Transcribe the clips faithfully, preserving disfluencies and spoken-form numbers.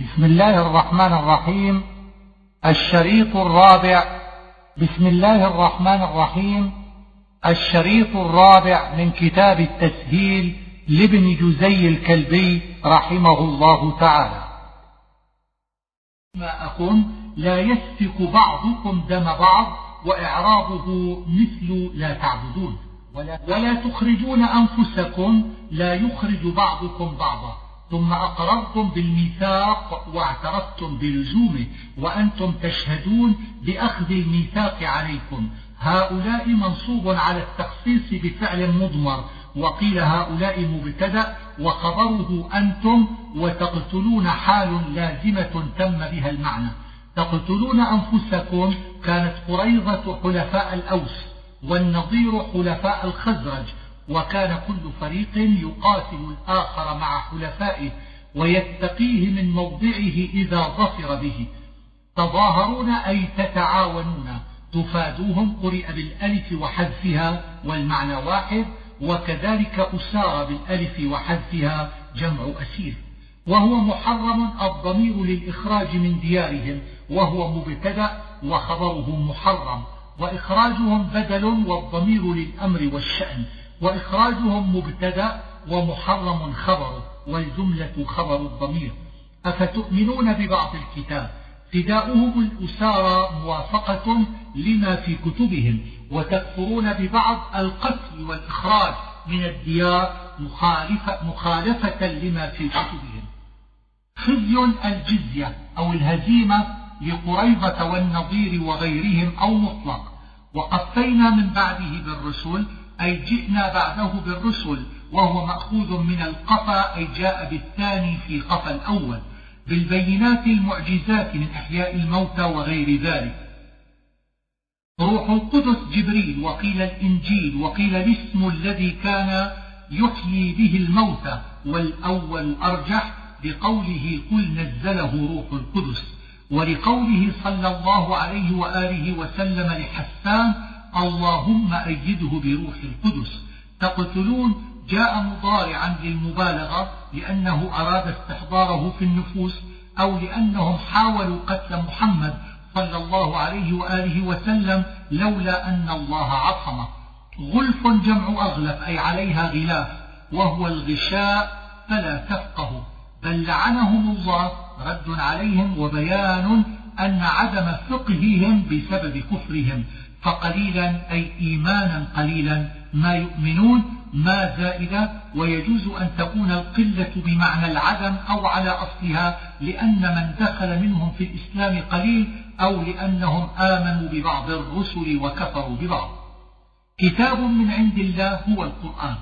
بسم الله الرحمن الرحيم. الشريط الرابع. بسم الله الرحمن الرحيم. الشريط الرابع من كتاب التسهيل لابن جزي الكلبي رحمه الله تعالى. ما أكن لا يسفك بعضكم دم بعض، وإعرابه مثل لا تعبدون، ولا, ولا تخرجون أنفسكم، لا يخرج بعضكم بعضا، ثم أقررتم بالميثاق واعترفتم بلزومه وأنتم تشهدون بأخذ الميثاق عليكم. هؤلاء منصوب على التخصيص بفعل مضمر، وقيل هؤلاء مبتدأ وخبره أنتم، وتقتلون حال لازمة تم بها المعنى. تقتلون أنفسكم كانت قريظة حلفاء الأوس، والنضير حلفاء الخزرج، وكان كل فريق يقاتل الآخر مع حلفائه ويتقيه من موضعه إذا ظفر به. تظاهرون أي تتعاونون. تفادوهم قرئ بالألف وحذفها والمعنى واحد، وكذلك أسار بالألف وحذفها جمع أسير. وهو محرم الضمير للإخراج من ديارهم، وهو مبتدأ وخبره محرم، وإخراجهم بدل والضمير للأمر والشأن، وإخراجهم مبتدأ ومحرم خبره، والجملة خبر الضمير. أفتؤمنون ببعض الكتاب؟ فداؤهم الأسارى موافقة لما في كتبهم، وتكفرون ببعض القتل والإخراج من الديار مخالفة, مخالفة لما في كتبهم. خزي الجزية أو الهزيمة لقريظة والنضير وغيرهم أو مطلق. وقفينا من بعده بالرسل أي جئنا بعده بالرسل، وهو مأخوذ من القفا أي جاء بالثاني في قفا الأول، بالبينات المعجزات من أحياء الموتى وغير ذلك. روح القدس جبريل، وقيل الإنجيل، وقيل الاسم الذي كان يحيي به الموتى، والأول أرجح بقوله قل نزله روح القدس، ولقوله صلى الله عليه وآله وسلم لحسان اللهم أيده بروح القدس. تقتلون جاء مضارعا للمبالغة لأنه أراد استحضاره في النفوس، أو لأنهم حاولوا قتل محمد صلى الله عليه وآله وسلم لولا أن الله عصمه. غلف جمع أغلف أي عليها غلاف، وهو الغشاء فلا تفقه. بل لعنهم الله رد عليهم وبيان أن عدم فقههم بسبب كفرهم. فقليلا أي إيمانا قليلا ما يؤمنون، ما زائدة، ويجوز أن تكون القلة بمعنى العدم أو على أصلها، لأن من دخل منهم في الإسلام قليل، أو لأنهم آمنوا ببعض الرسل وكفروا ببعض. كتاب من عند الله هو القرآن.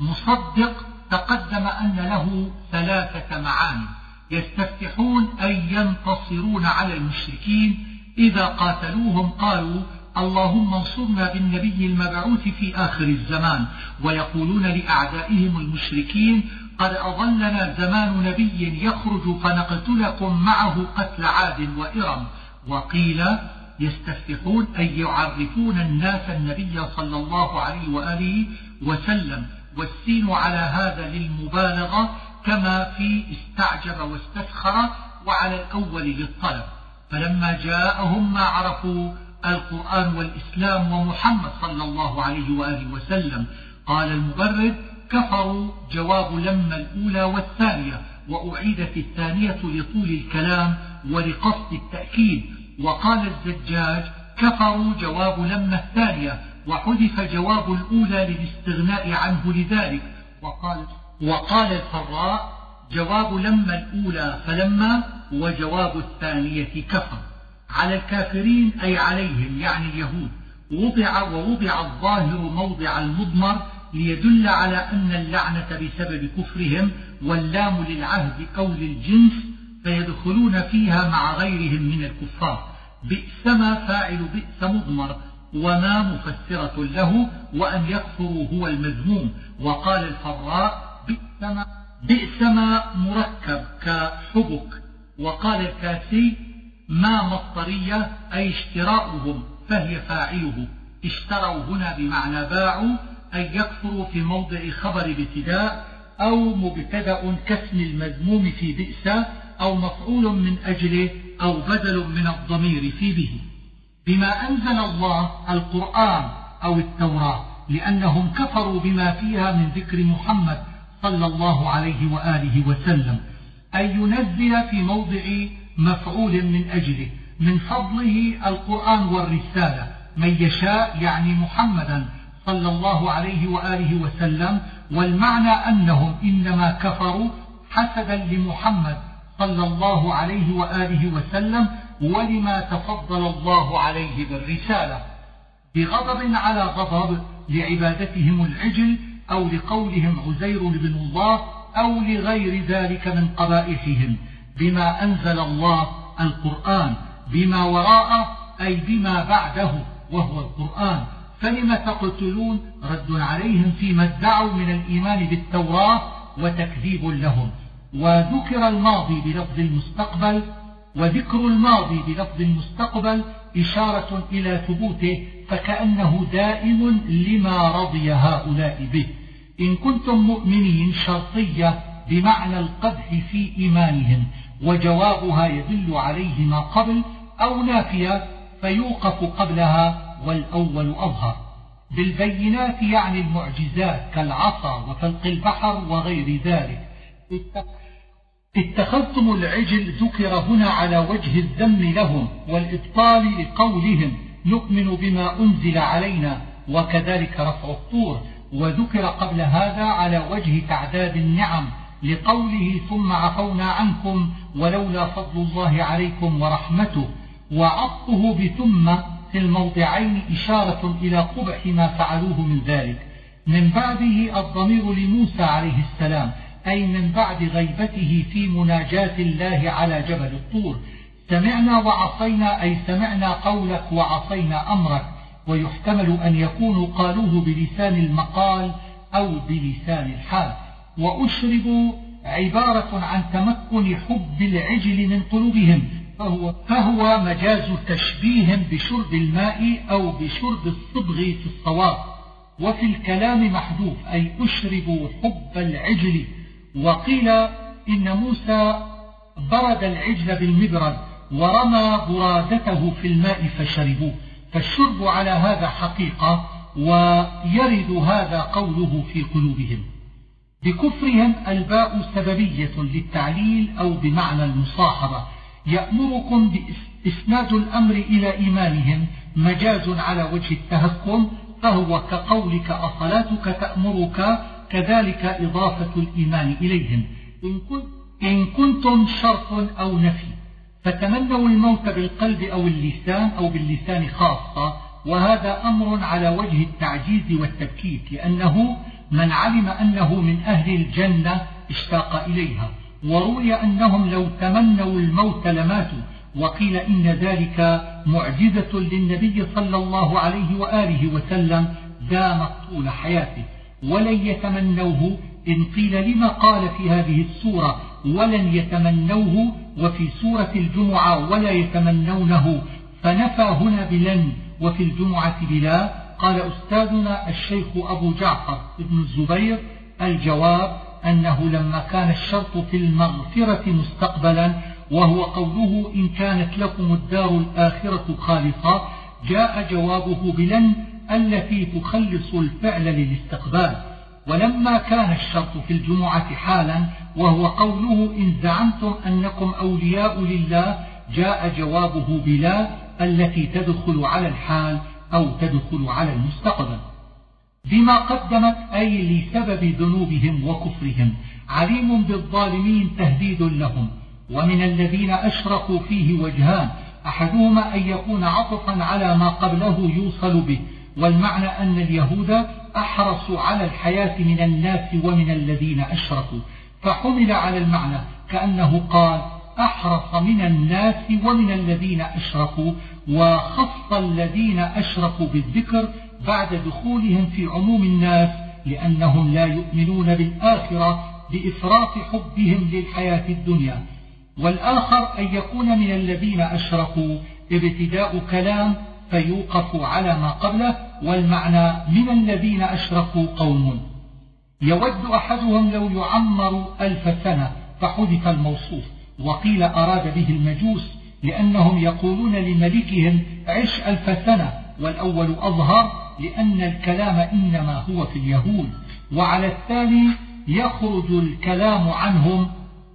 مصدق تقدم أن له ثلاثة معاني. يستفتحون أي ينتصرون على المشركين إذا قاتلوهم قالوا اللهم انصرنا بالنبي المبعوث في آخر الزمان، ويقولون لأعدائهم المشركين قد أضلنا زمان نبي يخرج فنقتلكم معه قتل عاد وإرم. وقيل يستفتحون أي يعرفون الناس النبي صلى الله عليه وآله وسلم، والسين على هذا للمبالغة كما في استعجب واستسخر، وعلى الأول للطلب. فلما جاءهم ما عرفوا القرآن والإسلام ومحمد صلى الله عليه وآله وسلم قال المبرد كفروا جواب لما الأولى والثانية، وأعيدت الثانية لطول الكلام ولقصد التأكيد. وقال الزجاج كفروا جواب لما الثانية، وحذف جواب الأولى للاستغناء عنه لذلك. وقال, وقال الفراء جواب لما الأولى فلما، وجواب الثانية كفر. على الكافرين أي عليهم يعني اليهود. وضع ووضع الظاهر موضع المضمر ليدل على أن اللعنة بسبب كفرهم، واللام للعهد أو للجنس، فيدخلون فيها مع غيرهم من الكفار. بئس ما فاعل بئس مضمر، وما مفسرة له، وأن يكفروا هو المذموم. وقال الفراء بئس ما, بئس ما مركب كحبك. وقال الكاسي ما مصدرية أي اشتراؤهم فهي فاعله. اشتروا هنا بمعنى باعوا، أي يكفروا في موضع خبر ابتداء، أو مبتدأ كاسم المذموم في بئس أو مفعول من أجله أو بدل من الضمير في به. بما أنزل الله القرآن أو التوراة، لأنهم كفروا بما فيها من ذكر محمد صلى الله عليه وآله وسلم، أي ينزل في موضع مفعول من أجله من فضله القرآن والرسالة من يشاء، يعني محمدا صلى الله عليه وآله وسلم. والمعنى أنهم إنما كفروا حسدا لمحمد صلى الله عليه وآله وسلم ولما تفضل الله عليه بالرسالة، بغضب على غضب لعبادتهم العجل أو لقولهم عزير بن الله أو لغير ذلك من قبائحهم. بما أنزل الله القرآن، بما وراءه أي بما بعده وهو القرآن. فلم تقتلون رد عليهم فيما ادعوا من الإيمان بالتوراة وتكذيب لهم. وذكر الماضي بلفظ المستقبل، وذكر الماضي بلفظ المستقبل إشارة إلى ثبوته، فكأنه دائم لما رضي هؤلاء به. إن كنتم مؤمنين شرطية بمعنى القدح في إيمانهم، وجوابها يدل عليه ما قبل، أو نافية فيوقف قبلها والأول أظهر. بالبينات يعني المعجزات كالعصا وفلق البحر وغير ذلك. اتخذتم العجل ذكر هنا على وجه الذم لهم والإبطال لقولهم نؤمن بما أنزل علينا، وكذلك رفع الطور. وذكر قبل هذا على وجه تعداد النعم لقوله ثم عفونا عنكم ولولا فضل الله عليكم ورحمته. وعطه بثم في الموضعين إشارة إلى قبح ما فعلوه من ذلك. من بعده الضمير لموسى عليه السلام، أي من بعد غيبته في مناجاة الله على جبل الطور. سمعنا وعصينا أي سمعنا قولك وعصينا أمرك، ويحتمل أن يكونوا قالوه بلسان المقال أو بلسان الحال. وأشربوا عبارة عن تمكن حب العجل من قلوبهم، فهو, فهو مجاز تشبيه بشرب الماء أو بشرب الصبغ في الصواب. وفي الكلام محذوف أي أشربوا حب العجل. وقيل إن موسى برد العجل بالمبرد ورمى برادته في الماء فشربوه، فالشرب على هذا حقيقة، ويرد هذا قوله في قلوبهم. بكفرهم الباء سببية للتعليل أو بمعنى المصاحبة. يأمركم بإسناد الأمر إلى إيمانهم مجاز على وجه التهكم، فهو كقولك أصلاتك تأمرك، كذلك إضافة الإيمان إليهم. إن, كنت إن كنتم شرط أو نفي، فتمنوا الموت بالقلب أو اللسان أو باللسان خاصة، وهذا أمر على وجه التعجيز والتبكيت، لأنه من علم أنه من أهل الجنة اشتاق إليها. وروي أنهم لو تمنوا الموت لماتوا، وقيل إن ذلك معجزة للنبي صلى الله عليه وآله وسلم دامت طول حياته. ولن يتمنوه إن قيل لما قال في هذه السورة ولن يتمنوه، وفي سورة الجمعة ولا يتمنونه، فنفى هنا بلن وفي الجمعة بلا. قال أستاذنا الشيخ أبو جعفر ابن الزبير: الجواب أنه لما كان الشرط في المغفرة مستقبلا، وهو قوله إن كانت لكم الدار الآخرة خالصة، جاء جوابه بلن التي تخلص الفعل للاستقبال. ولما كان الشرط في الجمعة حالا، وهو قوله إن زعمتم أنكم أولياء لله، جاء جوابه بلا التي تدخل على الحال أو تدخل على المستقبل. بما قدمت أي لسبب ذنوبهم وكفرهم. عليم بالظالمين تهديد لهم. ومن الذين أشركوا فيه وجهان، أحدهما أن يكون عطفا على ما قبله يوصل به، والمعنى أن اليهود أحرصوا على الحياة من الناس ومن الذين أشركوا، فحمل على المعنى كأنه قال أحرص من الناس ومن الذين أشركوا، وخص الذين أشركوا بالذكر بعد دخولهم في عموم الناس، لأنهم لا يؤمنون بالآخرة بإفراط حبهم للحياة الدنيا. والآخر أن يكون من الذين أشركوا ابتداء كلام فيوقف على ما قبله، والمعنى من الذين أشركوا قوم يود أحدهم لو يعمر ألف سنة فحذف الموصوف، وقيل أراد به المجوس، لأنهم يقولون لملكهم عش ألف سنة، والأول أظهر لأن الكلام إنما هو في اليهود. وعلى الثاني يخرج الكلام عنهم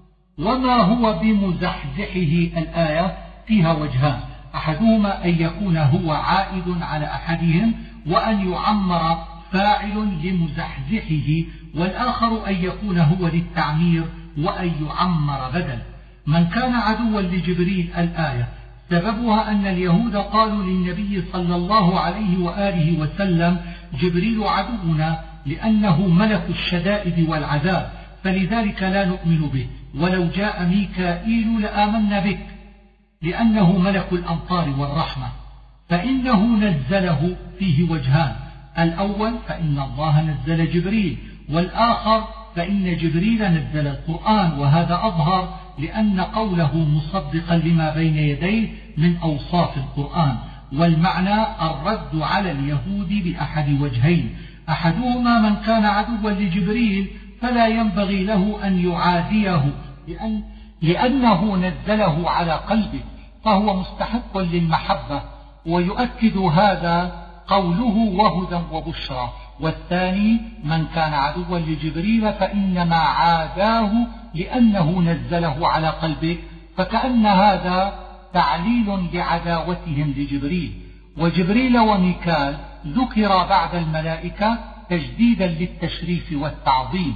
وما هو بمزحزحه. الآية فيها وجهان، أحدهما أن يكون هو عائد على أحدهم وأن يعمر فاعل لمزحزحه، والآخر أن يكون هو للتعمير وأن يعمر بدل. من كان عدوا لجبريل الآية سببها أن اليهود قالوا للنبي صلى الله عليه وآله وسلم جبريل عدونا لأنه ملك الشدائد والعذاب، فلذلك لا نؤمن به، ولو جاء ميكائيل لآمنا بك لأنه ملك الأمطار والرحمة. فإنه نزله فيه وجهان، الأول فإن الله نزل جبريل، والآخر فإن جبريل نزل القرآن، وهذا أظهر لأن قوله مصدقا لما بين يديه من أوصاف القرآن. والمعنى الرد على اليهود بأحد وجهين، أحدهما من كان عدوا لجبريل فلا ينبغي له أن يعاديه لأن لأنه نزله على قلبه فهو مستحق للمحبة، ويؤكد هذا قوله وهدى وبشرى. والثاني من كان عدوا لجبريل فإنما عاداه لأنه نزله على قلبه، فكأن هذا تعليل لعداوتهم لجبريل. وجبريل وميكال ذكر بعد الملائكة تجديدا للتشريف والتعظيم.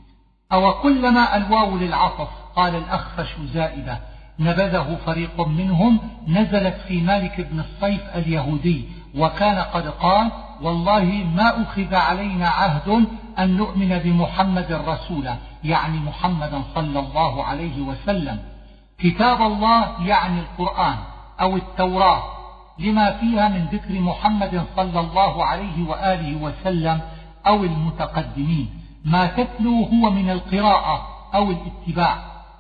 أو كلما الواو للعطف قال الأخفش زائدة نبذه فريق منهم، نزلت في مالك بن الصيف اليهودي، وكان قد قال والله ما أخذ علينا عهد أن نؤمن بمحمد رسولا، يعني محمدا صلى الله عليه وسلم. كتاب الله يعني القرآن أو التوراة لما فيها من ذكر محمد صلى الله عليه وآله وسلم أو المتقدمين. ما تتلو هو من القراءة أو الاتباع.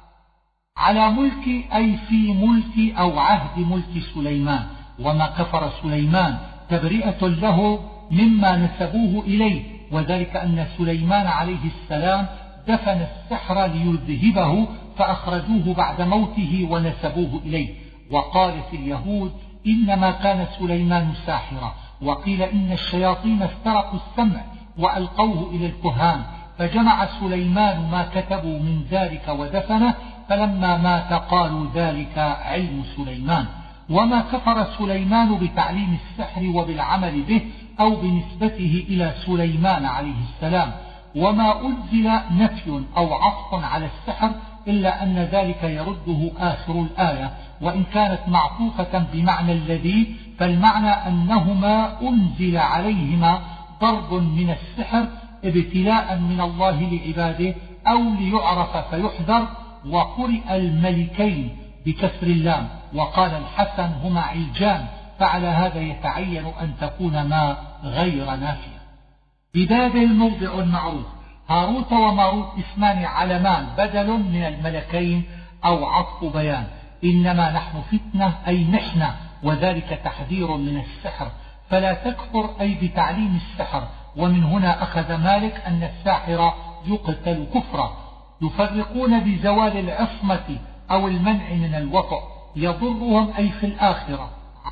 على ملك أي في ملك أو عهد ملك سليمان، وما كفر سليمان تبرئة له مما نسبوه إليه، وذلك أن سليمان عليه السلام دفن السحر ليذهبه فأخرجوه بعد موته ونسبوه إليه. وقالت اليهود إنما كان سليمان ساحرا، وقيل إن الشياطين استرقوا السمع وألقوه إلى الكهان، فجمع سليمان ما كتبوا من ذلك ودفنه، فلما مات قالوا ذلك علم سليمان. وما كفر سليمان بتعليم السحر وبالعمل به أو بنسبته إلى سليمان عليه السلام. وما أنزل نفي أو عطف على السحر إلا أن ذلك يرده آخر الآية، وإن كانت معطوفة بمعنى الذي، فالمعنى أنهما أنزل عليهما ضرب من السحر ابتلاء من الله لعباده أو ليعرف فيحذر. وقرئ الملكين بكسر اللام، وقال الحسن هما علجان، فعلى هذا يتعين أن تكون ما غير نافية. ببابل موضع معروف. هاروت وماروت اسمان علمان بدل من الملكين أو عطف بيان. إنما نحن فتنة أي محنة، وذلك تحذير من السحر، فلا تكفر أي بتعليم السحر. ومن هنا أخذ مالك أن الساحر يقتل كفرا. يفرقون بزوال العصمة أو المنع من الوطأ، يضرهم أي في الآخرة.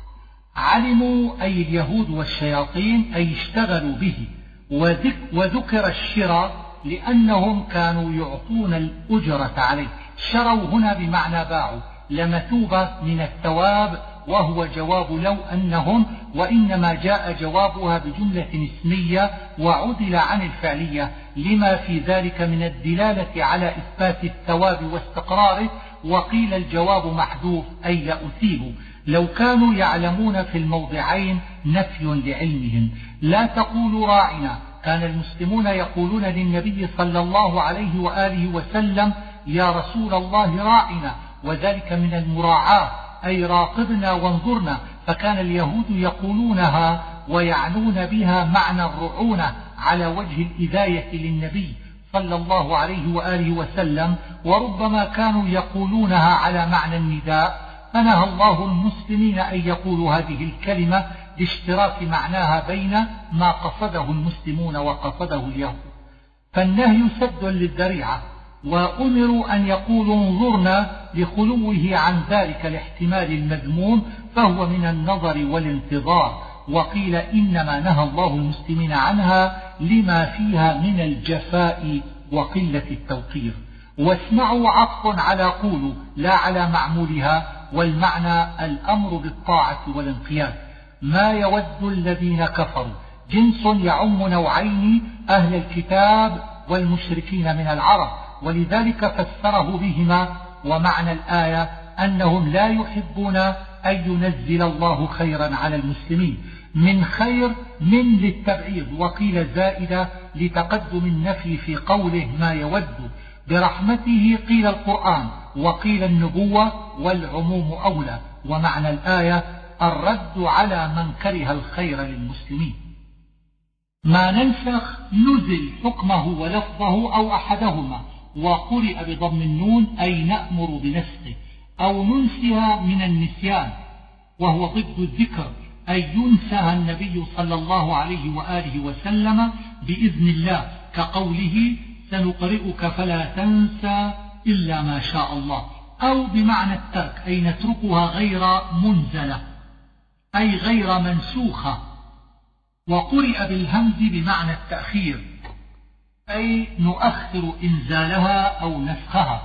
علموا أي اليهود والشياطين أي اشتغلوا به. وذكر الشراء لأنهم كانوا يعطون الأجرة عليه. شروا هنا بمعنى باعوا، لمثوبة من الثواب، وهو جواب لو أنهم، وإنما جاء جوابها بجملة اسمية وعدل عن الفعلية لما في ذلك من الدلالة على إثبات الثواب واستقراره. وقيل الجواب محذوف أي لأثيبوا، لو كانوا يعلمون في الموضعين نفي لعلمهم. لا تقولوا راعنا، كان المسلمون يقولون للنبي صلى الله عليه وآله وسلم يا رسول الله راعنا، وذلك من المراعاة أي راقبنا وانظرنا. فكان اليهود يقولونها ويعنون بها معنى الرعونة على وجه الإذاية للنبي صلى الله عليه وآله وسلم، وربما كانوا يقولونها على معنى النداء، فنهى الله المسلمين أن يقولوا هذه الكلمة لاشتراك معناها بين ما قصده المسلمون وقصده اليهود. فالنهي سد للذريعة، وأمروا أن يقولوا انظرنا لخلوه عن ذلك الاحتمال المذموم، فهو من النظر والانتظار. وقيل إنما نهى الله المسلمين عنها لما فيها من الجفاء وقلة التوقير. واسمعوا عطف على قولوا لا على معمولها، والمعنى الأمر بالطاعة والانقياد. ما يود الذين كفروا جنس يعم نوعين، أهل الكتاب والمشركين من العرب، ولذلك فسره بهما. ومعنى الآية أنهم لا يحبون أن ينزل الله خيرا على المسلمين. من خير من للتبعيض، وقيل زائدة لتقدم النفي في قوله ما يود. برحمته قيل القرآن، وقيل النبوة، والعموم أولى. ومعنى الآية الرد على من كره الخير للمسلمين. ما ننسخ نزل حكمه ولفظه أو أحدهما، وقرئ بضم النون أي نأمر بنسخه، أو ننسها من النسيان وهو ضد الذكر، أي ينسها النبي صلى الله عليه وآله وسلم بإذن الله، كقوله سنقرئك فلا تنسى إلا ما شاء الله. أو بمعنى الترك، أي نتركها غير منزلة أي غير منسوخة. وقرئ بالهمز بمعنى التأخير، أي نؤخر إنزالها أو نسخها.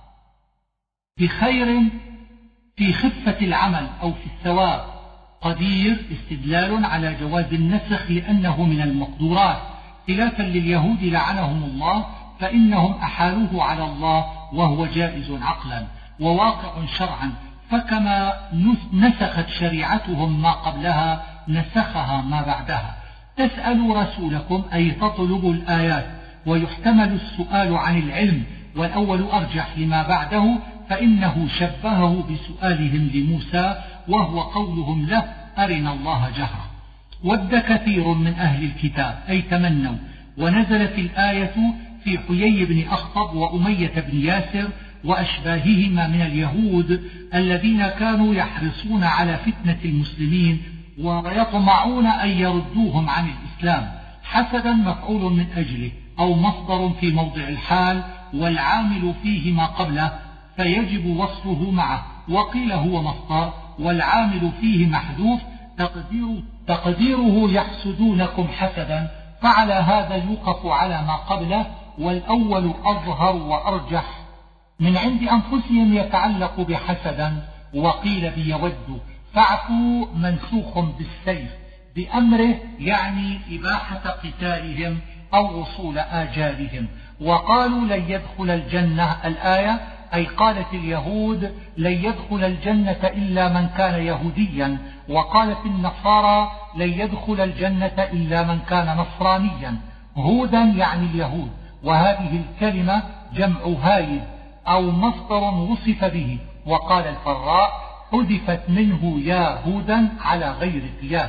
بخير في خفة العمل أو في الثواب. قدير استدلال على جواز النسخ لأنه من المقدورات، خلافا لليهود لعنهم الله، فإنهم أحالوه على الله وهو جائز عقلا وواقع شرعا، فكما نسخت شريعتهم ما قبلها نسخها ما بعدها. تسألوا رسولكم أي تطلبوا الآيات، ويحتمل السؤال عن العلم، والأول أرجح لما بعده، فإنه شبهه بسؤالهم لموسى، وهو قولهم له أرنا الله جهرا. ود كثير من أهل الكتاب أي تمنوا. ونزلت الآية في حيي بن أخطب وأمية بن ياسر وأشباههما من اليهود الذين كانوا يحرصون على فتنة المسلمين ويطمعون أن يردوهم عن الإسلام. حسدا مفعول من أجله، أو مصدر في موضع الحال، والعامل فيه ما قبله فيجب وصله معه. وقيل هو مصدر والعامل فيه محذوف، تقديره, تقديره يحسدونكم حسدا، فعلى هذا يوقف على ما قبله، والأول أظهر وأرجح. من عند أنفسهم يتعلق بحسدا. وقيل بيود، فاعفوا منسوخ بالسيف بأمره، يعني إباحة قتالهم أو وصول آجالهم. وقالوا لن يدخل الجنة الآية، أي قالت اليهود لن يدخل الجنة إلا من كان يهوديا، وقالت النصارى لن يدخل الجنة إلا من كان نصرانيا. هودا يعني اليهود، وهذه الكلمة جمع هايد أو مصدر وصف به. وقال الفراء حذفت منه يا هودا على غير قياس.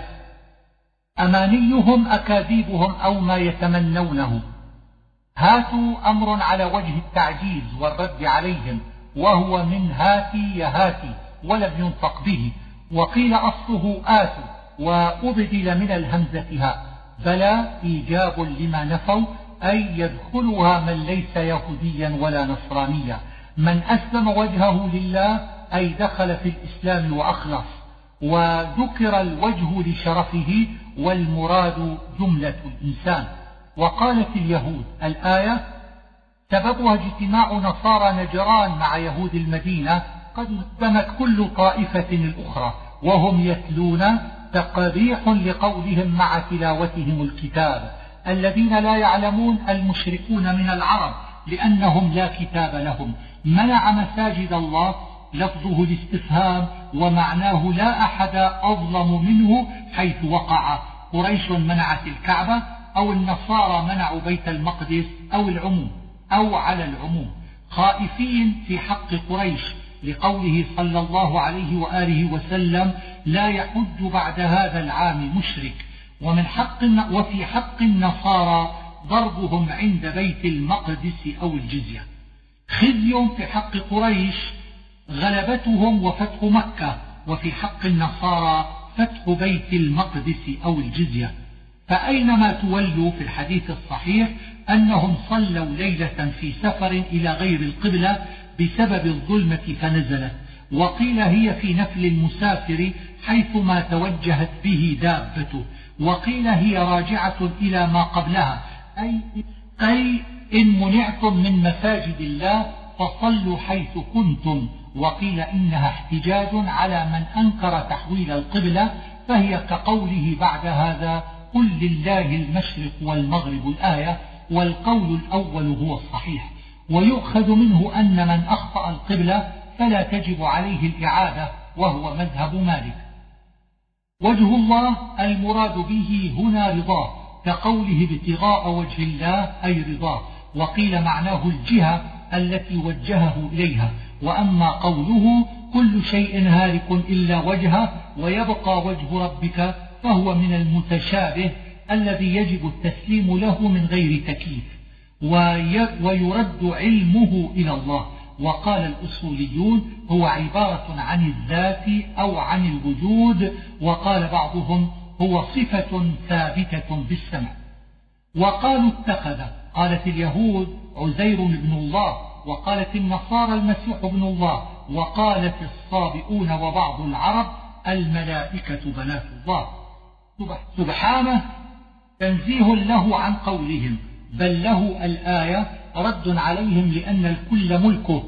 أمانيهم أكاذيبهم أو ما يتمنونه. هاتوا أمر على وجه التعجيز والرد عليهم، وهو من هاتي يهاتي ولم ينطق به. وقيل أصله آتوا وأبدل من الهمزة ها، بلى إيجاب لما نفوا، أي يدخلها من ليس يهوديا ولا نصرانيا. من أسلم وجهه لله أي دخل في الإسلام وأخلص. وذكر الوجه لشرفه، والمراد جملة الإنسان. وقالت اليهود الآية سببها اجتماع نصارى نجران مع يهود المدينة، قد اجتمت كل طائفة الأخرى وهم يتلون، تقبيح لقولهم مع تلاوتهم الكتاب. الذين لا يعلمون المشركون من العرب لأنهم لا كتاب لهم. منع مساجد الله لفظه الاستفهام، ومعناه لا أحد أظلم منه، حيث وقع. قريش منعت الكعبة، أو النصارى منعوا بيت المقدس، أو العموم أو على العموم. خائفين في حق قريش لقوله صلى الله عليه وآله وسلم لا يحج بعد هذا العام مشرك. ومن حق وفي حق النصارى ضربهم عند بيت المقدس أو الجزية. خزي في حق قريش غلبتهم وفتح مكة، وفي حق النصارى فتح بيت المقدس أو الجزية. فأينما تولوا في الحديث الصحيح أنهم صلوا ليلة في سفر إلى غير القبلة بسبب الظلمة فنزلت، وقيل هي في نفل المسافر حيثما توجهت به دابته، وقيل هي راجعة إلى ما قبلها، أي, أي إن منعتم من مساجد الله فصلوا حيث كنتم. وقيل إنها احتجاج على من أنكر تحويل القبلة، فهي كقوله بعد هذا قل لله المشرق والمغرب الآية، والقول الأول هو الصحيح. ويؤخذ منه أن من أخطأ القبلة فلا تجب عليه الإعادة، وهو مذهب مالك. وجه الله المراد به هنا رضاه، كقوله ابتغاء وجه الله أي رضاه، وقيل معناه الجهة التي وجهه إليها. وأما قوله كل شيء هالك إلا وجهه ويبقى وجه ربك فهو من المتشابه الذي يجب التسليم له من غير تكييف، ويرد علمه إلى الله. وقال الأصوليون هو عبارة عن الذات أو عن الوجود، وقال بعضهم هو صفة ثابتة بالسمع. وقالوا اتخذ، قالت اليهود عزير ابن الله، وقالت النصارى المسيح ابن الله، وقالت الصابئون وبعض العرب الملائكة بنات الله. سبحانه تنزيه له عن قولهم، بل له الآية رد عليهم لأن الكل ملكه،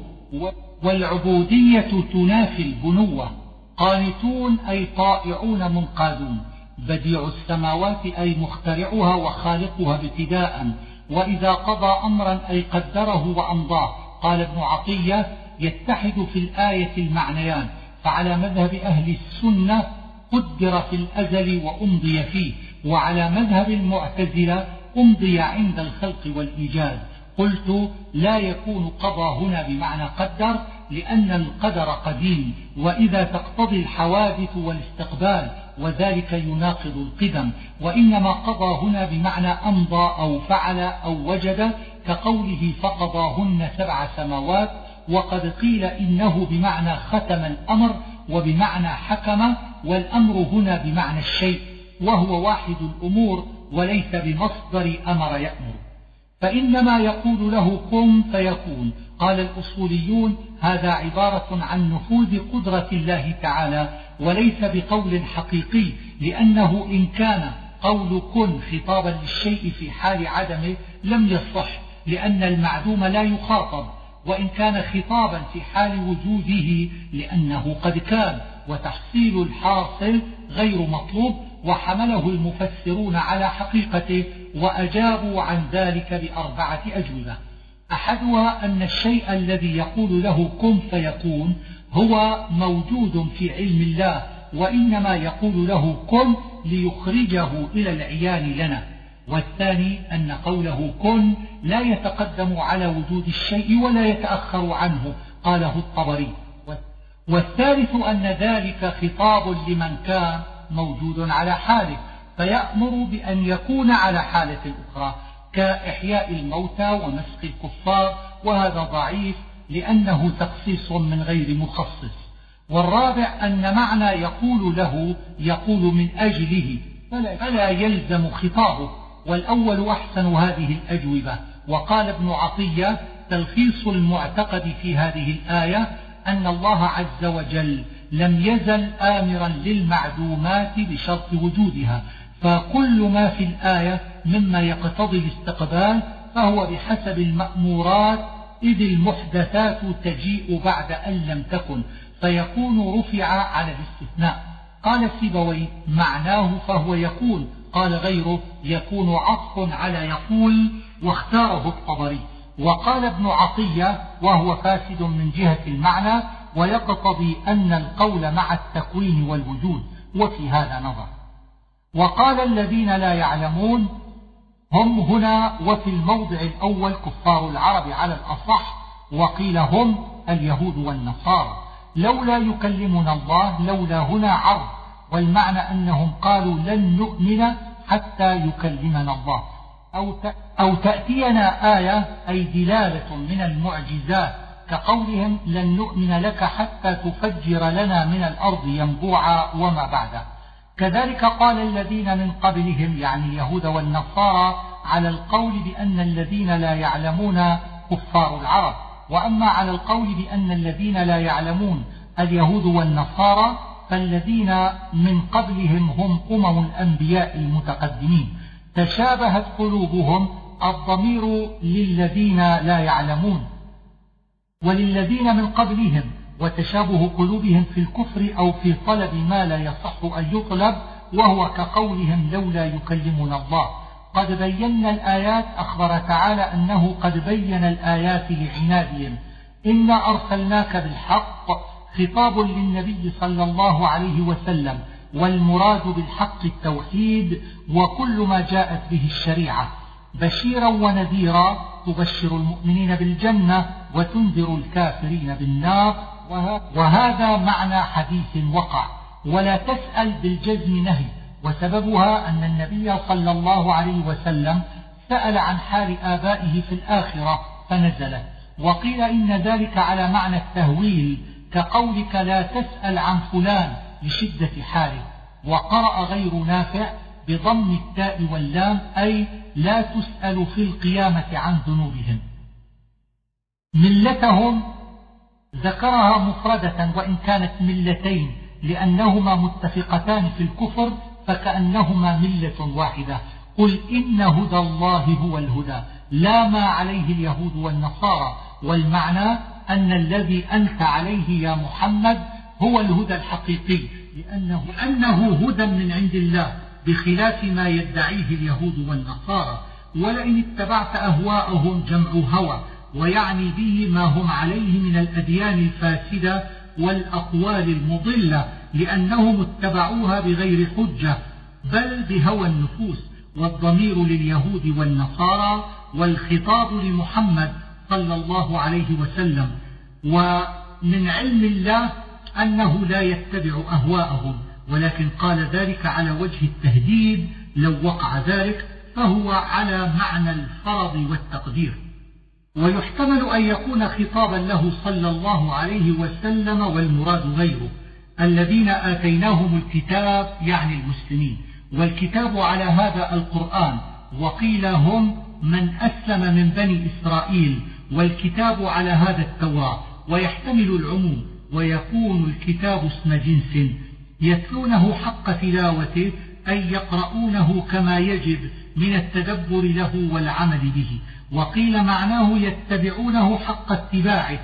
والعبودية تنافي البنوة. قانتون أي طائعون منقادون، بديع السماوات أي مخترعها وخالقها ابتداء، وإذا قضى أمرا أي قدره وأمضاه. قال ابن عطية يتحد في الآية المعنيان، فعلى مذهب أهل السنة قدر في الأزل وأمضي فيه، وعلى مذهب المعتزلة أمضي عند الخلق والإيجاد. قلت لا يكون قضى هنا بمعنى قدر، لأن القدر قديم، وإذا تقتضي الحوادث والاستقبال، وذلك يناقض القدم، وإنما قضى هنا بمعنى أمضى أو فعل أو وجد، كقوله فقضاهن سبع سماوات. وقد قيل إنه بمعنى ختم الأمر وبمعنى حكم، والأمر هنا بمعنى الشيء، وهو واحد الأمور وليس بمصدر أمر يأمر، فإنما يقول له كن فيكون. قال الأصوليون هذا عبارة عن نفوذ قدرة الله تعالى، وليس بقول حقيقي، لأنه إن كان قول كن خطابا للشيء في حال عدمه لم يصح، لأن المعدوم لا يخاطب، وإن كان خطابا في حال وجوده لأنه قد كان، وتحصيل الحاصل غير مطلوب. وحمله المفسرون على حقيقته، وأجابوا عن ذلك بأربعة أجوبة. أحدها أن الشيء الذي يقول له كن فيكون هو موجود في علم الله، وإنما يقول له كن ليخرجه إلى العيان لنا. والثاني أن قوله كن لا يتقدم على وجود الشيء ولا يتأخر عنه، قاله الطبري. والثالث أن ذلك خطاب لمن كان موجود على حاله، فيأمر بأن يكون على حالة أخرى، كإحياء الموتى ومسخ الكفار، وهذا ضعيف لأنه تخصيص من غير مخصص. والرابع أن معنى يقول له يقول من أجله، فلا يلزم خطابه، والأول أحسن هذه الأجوبة. وقال ابن عطية تلخيص المعتقد في هذه الآية أن الله عز وجل لم يزل آمرا للمعدومات بشرط وجودها، فكل ما في الآية مما يقتضي الاستقبال فهو بحسب المأمورات، إذ المحدثات تجيء بعد أن لم تكن، فيكون رفع على الاستثناء. قال سيبويه معناه فهو يكون، قال غيره يكون عطف على يقول، واختاره الطبري. وقال ابن عطية وهو فاسد من جهة المعنى، ويقتضي أن القول مع التكوين والوجود، وفي هذا نظر. وقال الذين لا يعلمون هم هنا وفي الموضع الأول كفار العرب على الأصح، وقيل هم اليهود والنصارى. لولا يكلمنا الله، لولا هنا عرض، والمعنى أنهم قالوا لن نؤمن حتى يكلمنا الله، أو تأتينا آية أي دلالة من المعجزات، كقولهم لن نؤمن لك حتى تفجر لنا من الأرض ينبوعا وما بعده. كذلك قال الذين من قبلهم يعني اليهود والنصارى على القول بأن الذين لا يعلمون كفار العرب، وأما على القول بأن الذين لا يعلمون اليهود والنصارى فالذين من قبلهم هم أمم الأنبياء المتقدمين تشابهت قلوبهم. الضمير للذين لا يعلمون وللذين من قبلهم، وتشابه قلوبهم في الكفر أو في طلب ما لا يصح أن يطلب، وهو كقولهم لولا يكلمنا الله. قد بينا الآيات، أخبر تعالى أنه قد بين الآيات لعنادهم. إنا أرسلناك بالحق، خطاب للنبي صلى الله عليه وسلم، والمراد بالحق التوحيد وكل ما جاءت به الشريعة، بشيرا ونذيرا، تبشر المؤمنين بالجنة وتنذر الكافرين بالنار. وهذا معنى حديث وقع. ولا تسأل بالجزم نهي، وسببها أن النبي صلى الله عليه وسلم سأل عن حال آبائه في الآخرة فنزلت. وقيل إن ذلك على معنى التهويل، كقولك لا تسأل عن فلان لشدة حاله. وقرأ غير نافع بضم التاء واللام، أي لا تسأل في القيامة عن ذنوبهم. ملتهم ذكرها مفردة وإن كانت ملتين، لأنهما متفقتان في الكفر فكأنهما ملة واحدة. قل إن هدى الله هو الهدى لا ما عليه اليهود والنصارى. والمعنى أن الذي أنت عليه يا محمد هو الهدى الحقيقي، لأنه, لأنه هدى من عند الله بخلاف ما يدعيه اليهود والنصارى. ولئن اتبعت أهواءهم جمع هوى، ويعني به ما هم عليه من الأديان الفاسدة والأقوال المضلة، لأنهم اتبعوها بغير حجة بل بهوى النفوس. والضمير لليهود والنصارى، والخطاب لمحمد صلى الله عليه وسلم. ومن علم الله أنه لا يتبع أهواءهم، ولكن قال ذلك على وجه التهديد. لو وقع ذلك فهو على معنى الفرض والتقدير. ويحتمل أن يكون خطابا له صلى الله عليه وسلم، والمراد غيره الذين آتيناهم الكتاب، يعني المسلمين. والكتاب على هذا القرآن، وقيل هم من أسلم من بني إسرائيل، والكتاب على هذا التوراة. ويحتمل العموم، ويكون الكتاب اسم جنس يتلونه حق تلاوته، أي يقرؤونه كما يجب من التدبر له والعمل به. وقيل معناه يتبعونه حق اتباعه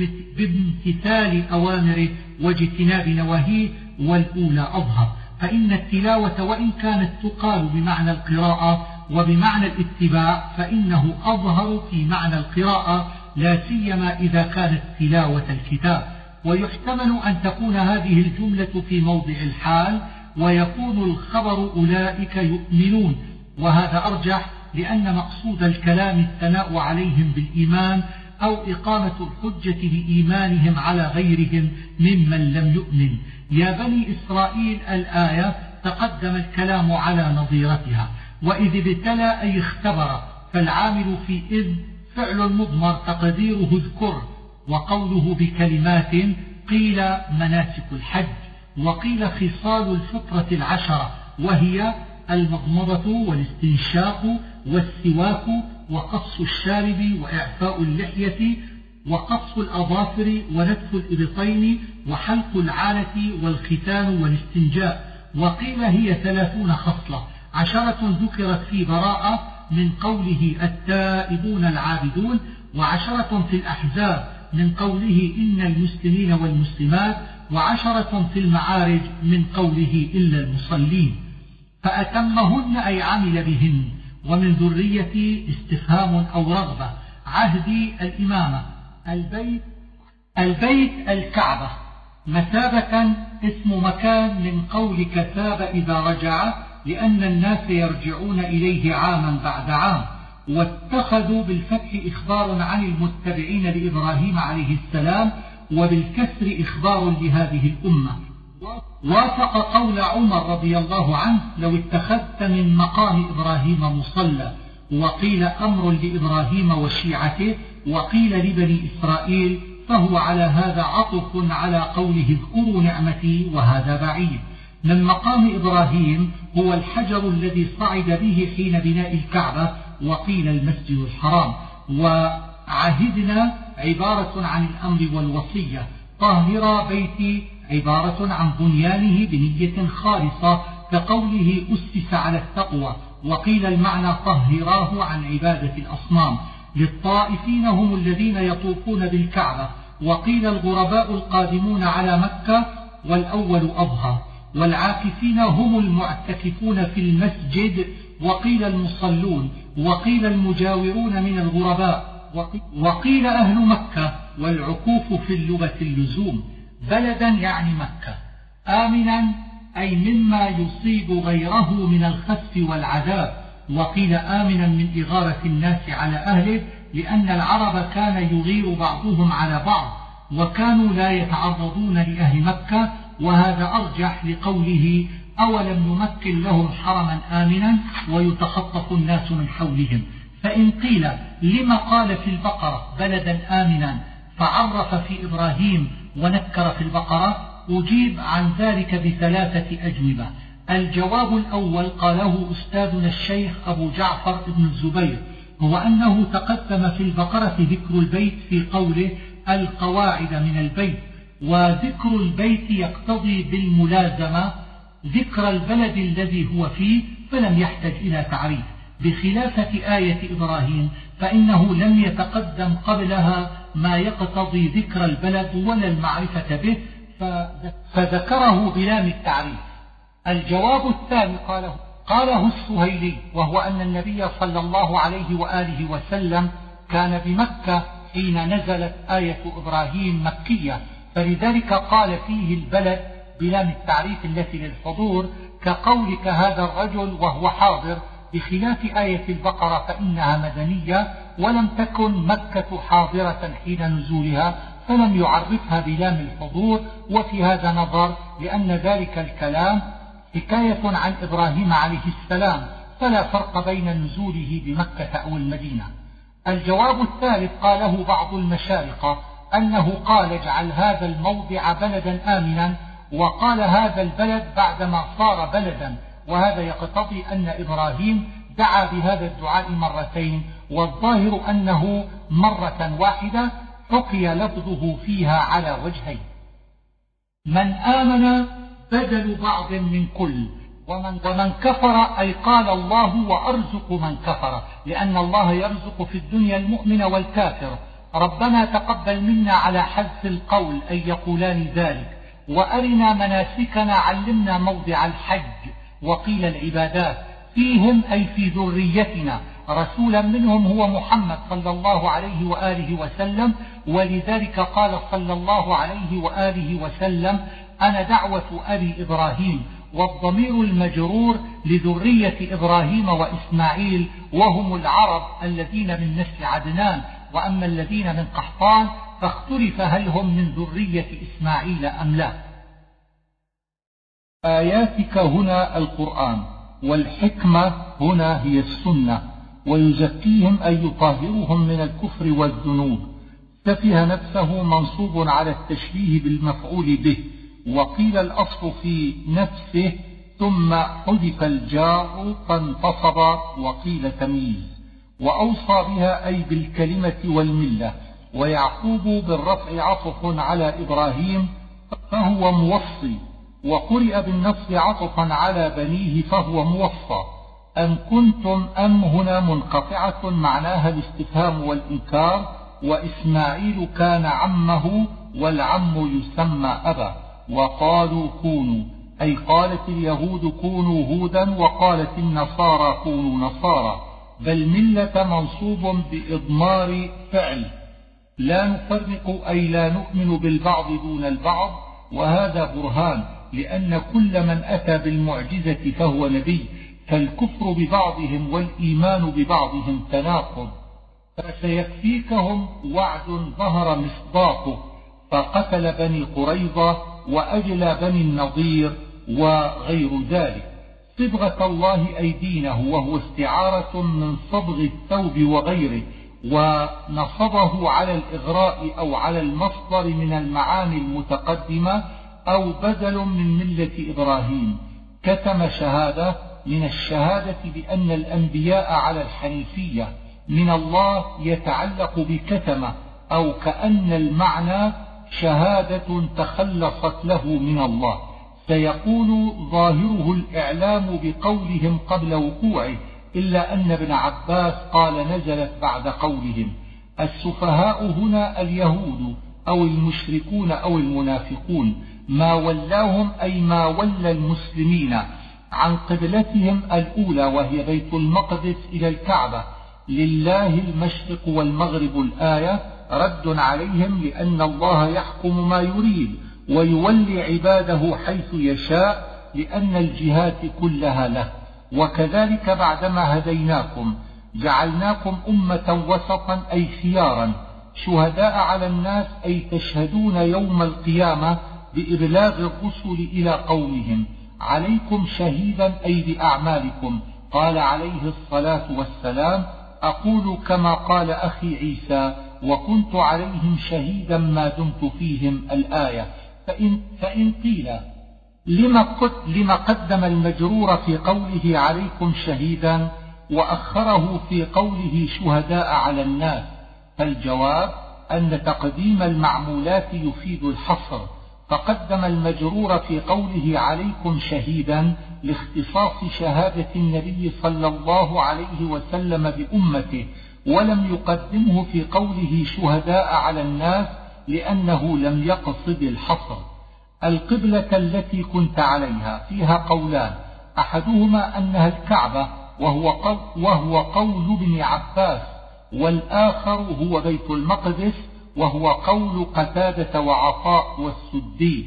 بامتثال أوامره واجتناب نواهيه، والأولى أظهر. فإن التلاوة وإن كانت تقال بمعنى القراءة وبمعنى الاتباع، فإنه أظهر في معنى القراءة، لا سيما إذا كانت تلاوة الكتاب. ويحتمل أن تكون هذه الجملة في موضع الحال، ويكون الخبر أولئك يؤمنون، وهذا أرجح، لأن مقصود الكلام الثناء عليهم بالإيمان أو إقامة الحجة بإيمانهم على غيرهم ممن لم يؤمن. يا بني إسرائيل الآية تقدم الكلام على نظيرتها. وإذ ابتلى أي اختبر، فالعامل في إذ فعل مضمر تقديره اذكر. وقوله بكلمات قيل مناسك الحج، وقيل خصال الفطرة العشرة، وهي المضمضة والاستنشاق والسواك وقص الشارب وإعفاء اللحية وقص الأظافر ونتف الإبطين وحلق العانة والختان والاستنجاء. وقيل هي ثلاثون خصلة، عشرة ذكرت في براءة من قوله التائبون العابدون، وعشرة في الأحزاب من قوله إن المسلمين والمسلمات، وعشرة في المعارج من قوله إلا المصلين. فأتمهن أي عمل بهن. ومن ذريتي استفهام أو رغبة. عهدي الإمامة. البيت البيت الكعبة. مثابة اسم مكان من قولك ثاب إذا رجع، لأن الناس يرجعون إليه عاما بعد عام. واتخذوا بالفتح إخبار عن المتبعين لإبراهيم عليه السلام، وبالكسر إخبار لهذه الأمة. وافق قول عمر رضي الله عنه لو اتخذت من مقام إبراهيم مصلى. وقيل أمر لإبراهيم وشيعته، وقيل لبني إسرائيل، فهو على هذا عطف على قوله اذكروا نعمتي، وهذا بعيد. من مقام إبراهيم هو الحجر الذي صعد به حين بناء الكعبة، وقيل المسجد الحرام. وعهدنا عبارة عن الأمر والوصية، طاهر بيتي عبارة عن بنيانه بنية خالصة كقوله أسس على التقوى. وقيل المعنى طهراه عن عبادة الأصنام. للطائفين هم الذين يطوفون بالكعبة، وقيل الغرباء القادمون على مكة والأول أظهر. والعاكفين هم المعتكفون في المسجد، وقيل المصلون، وقيل المجاورون من الغرباء، وقيل أهل مكة. والعكوف في اللغة اللزوم. بلدا يعني مكة، آمنا أي مما يصيب غيره من الخسف والعذاب. وقيل آمنا من إغارة الناس على أهله، لأن العرب كان يغير بعضهم على بعض، وكانوا لا يتعرضون لأهل مكة. وهذا أرجح لقوله أولم نمكن لهم حرما آمنا ويتخطف الناس من حولهم. فإن قيل لما قال في البقرة بلدا آمنا فعرف في إبراهيم ونكر في البقرة، أجيب عن ذلك بثلاثة أجوبة. الجواب الأول قاله أستاذنا الشيخ أبو جعفر بن الزبير، هو أنه تقدم في البقرة ذكر البيت في قوله القواعد من البيت، وذكر البيت يقتضي بالملازمة ذكر البلد الذي هو فيه، فلم يحتج إلى تعريف، بخلافة آية إبراهيم فإنه لم يتقدم قبلها ما يقتضي ذكر البلد ولا المعرفة به، فذكره بلام التعريف. الجواب الثاني قاله, قاله السهيلي، وهو أن النبي صلى الله عليه وآله وسلم كان بمكة حين نزلت آية إبراهيم مكية، فلذلك قال فيه البلد بلام التعريف التي للحضور، كقولك هذا الرجل وهو حاضر، بخلاف آية البقرة فإنها مدنية ولم تكن مكة حاضرة حين نزولها، فلم يعرفها بلام الحضور. وفي هذا نظر، لأن ذلك الكلام حكاية عن إبراهيم عليه السلام، فلا فرق بين نزوله بمكة أو المدينة. الجواب الثالث قاله بعض المشارقة، أنه قال اجعل هذا الموضع بلدا آمنا، وقال هذا البلد بعدما صار بلدا، وهذا يقتضي أن إبراهيم دعا بهذا الدعاء مرتين، والظاهر أنه مرة واحدة حكي لفظه فيها على وجهين. من آمن بدل بعض من كل، ومن, ومن كفر أي قال الله وأرزق من كفر، لأن الله يرزق في الدنيا المؤمن والكافر. ربنا تقبل منا على حذف القول أي يقولان ذلك، وأرنا مناسكنا علمنا موضع الحج. وقيل العبادات فيهم أي في ذريتنا، رسولا منهم هو محمد صلى الله عليه وآله وسلم، ولذلك قال صلى الله عليه وآله وسلم أنا دعوة أبي إبراهيم، والضمير المجرور لذرية إبراهيم وإسماعيل، وهم العرب الذين من نسل عدنان. وأما الذين من قحطان فاختلف هل هم من ذرية إسماعيل أم لا. آياتك هنا القرآن، والحكمة هنا هي السنة، ويزكيهم أي يطهرهم من الكفر والذنوب. سفه نفسه منصوب على التشبيه بالمفعول به، وقيل الأصل في نفسه ثم حذف الجار فانتصب، وقيل تمييز. وأوصى بها أي بالكلمة والملة. ويعقوب بالرفع عطف على إبراهيم فهو موصي، وقرئ بالنصب عطفا على بنيه فهو موصى. أم كنتم أم هنا منقطعة معناها الاستفهام والإنكار، وإسماعيل كان عمه والعم يسمى أبا. وقالوا كونوا أي قالت اليهود كونوا هودا، وقالت النصارى كونوا نصارى، بل ملة منصوب بإضمار فعل. لا نفرق أي لا نؤمن بالبعض دون البعض، وهذا برهان، لأن كل من أتى بالمعجزة فهو نبي، فالكفر ببعضهم والإيمان ببعضهم تناقض. فسيكفيكهم وعد ظهر مصداقه، فقتل بني قريظة وأجلى بني النضير وغير ذلك. صبغة الله أي دينه، وهو استعارة من صبغ الثوب وغيره، ونصبه على الإغراء أو على المصدر من المعاني المتقدمة، أو بدل من ملة إبراهيم. كتم شهادة من الشهادة بأن الأنبياء على الحنيفية من الله يتعلق بكتمة، أو كأن المعنى شهادة تخلصت له من الله، سيكون ظاهره الإعلام بقولهم قبل وقوعه، إلا أن ابن عباس قال نزلت بعد قولهم. السفهاء هنا اليهود أو المشركون أو المنافقون، ما ولاهم أي ما ولى المسلمين عن قبلتهم الأولى وهي بيت المقدس إلى الكعبة، لله المشرق والمغرب الآية رد عليهم، لأن الله يحكم ما يريد ويولي عباده حيث يشاء، لأن الجهات كلها له. وكذلك بعدما هديناكم جعلناكم أمة وسطا أي خيارا شهداء على الناس، أي تشهدون يوم القيامة بإبلاغ الرسل إلى قومهم، عليكم شهيدا أي بأعمالكم. قال عليه الصلاة والسلام: أقول كما قال أخي عيسى: وكنت عليهم شهيدا ما دمت فيهم، الآية. فإن, فإن قيل لما قدم المجرور في قوله عليكم شهيدا وأخره في قوله شهداء على الناس، فالجواب أن تقديم المعمولات يفيد الحصر، فقدم المجرور في قوله عليكم شهيدا لاختصاص شهادة النبي صلى الله عليه وسلم بأمته، ولم يقدمه في قوله شهداء على الناس لأنه لم يقصد الحصر. القبلة التي كنت عليها فيها قولان، أحدهما أنها الكعبة وهو قول, وهو قول ابن عباس، والآخر هو بيت المقدس وهو قول قتادة وعطاء والسدي،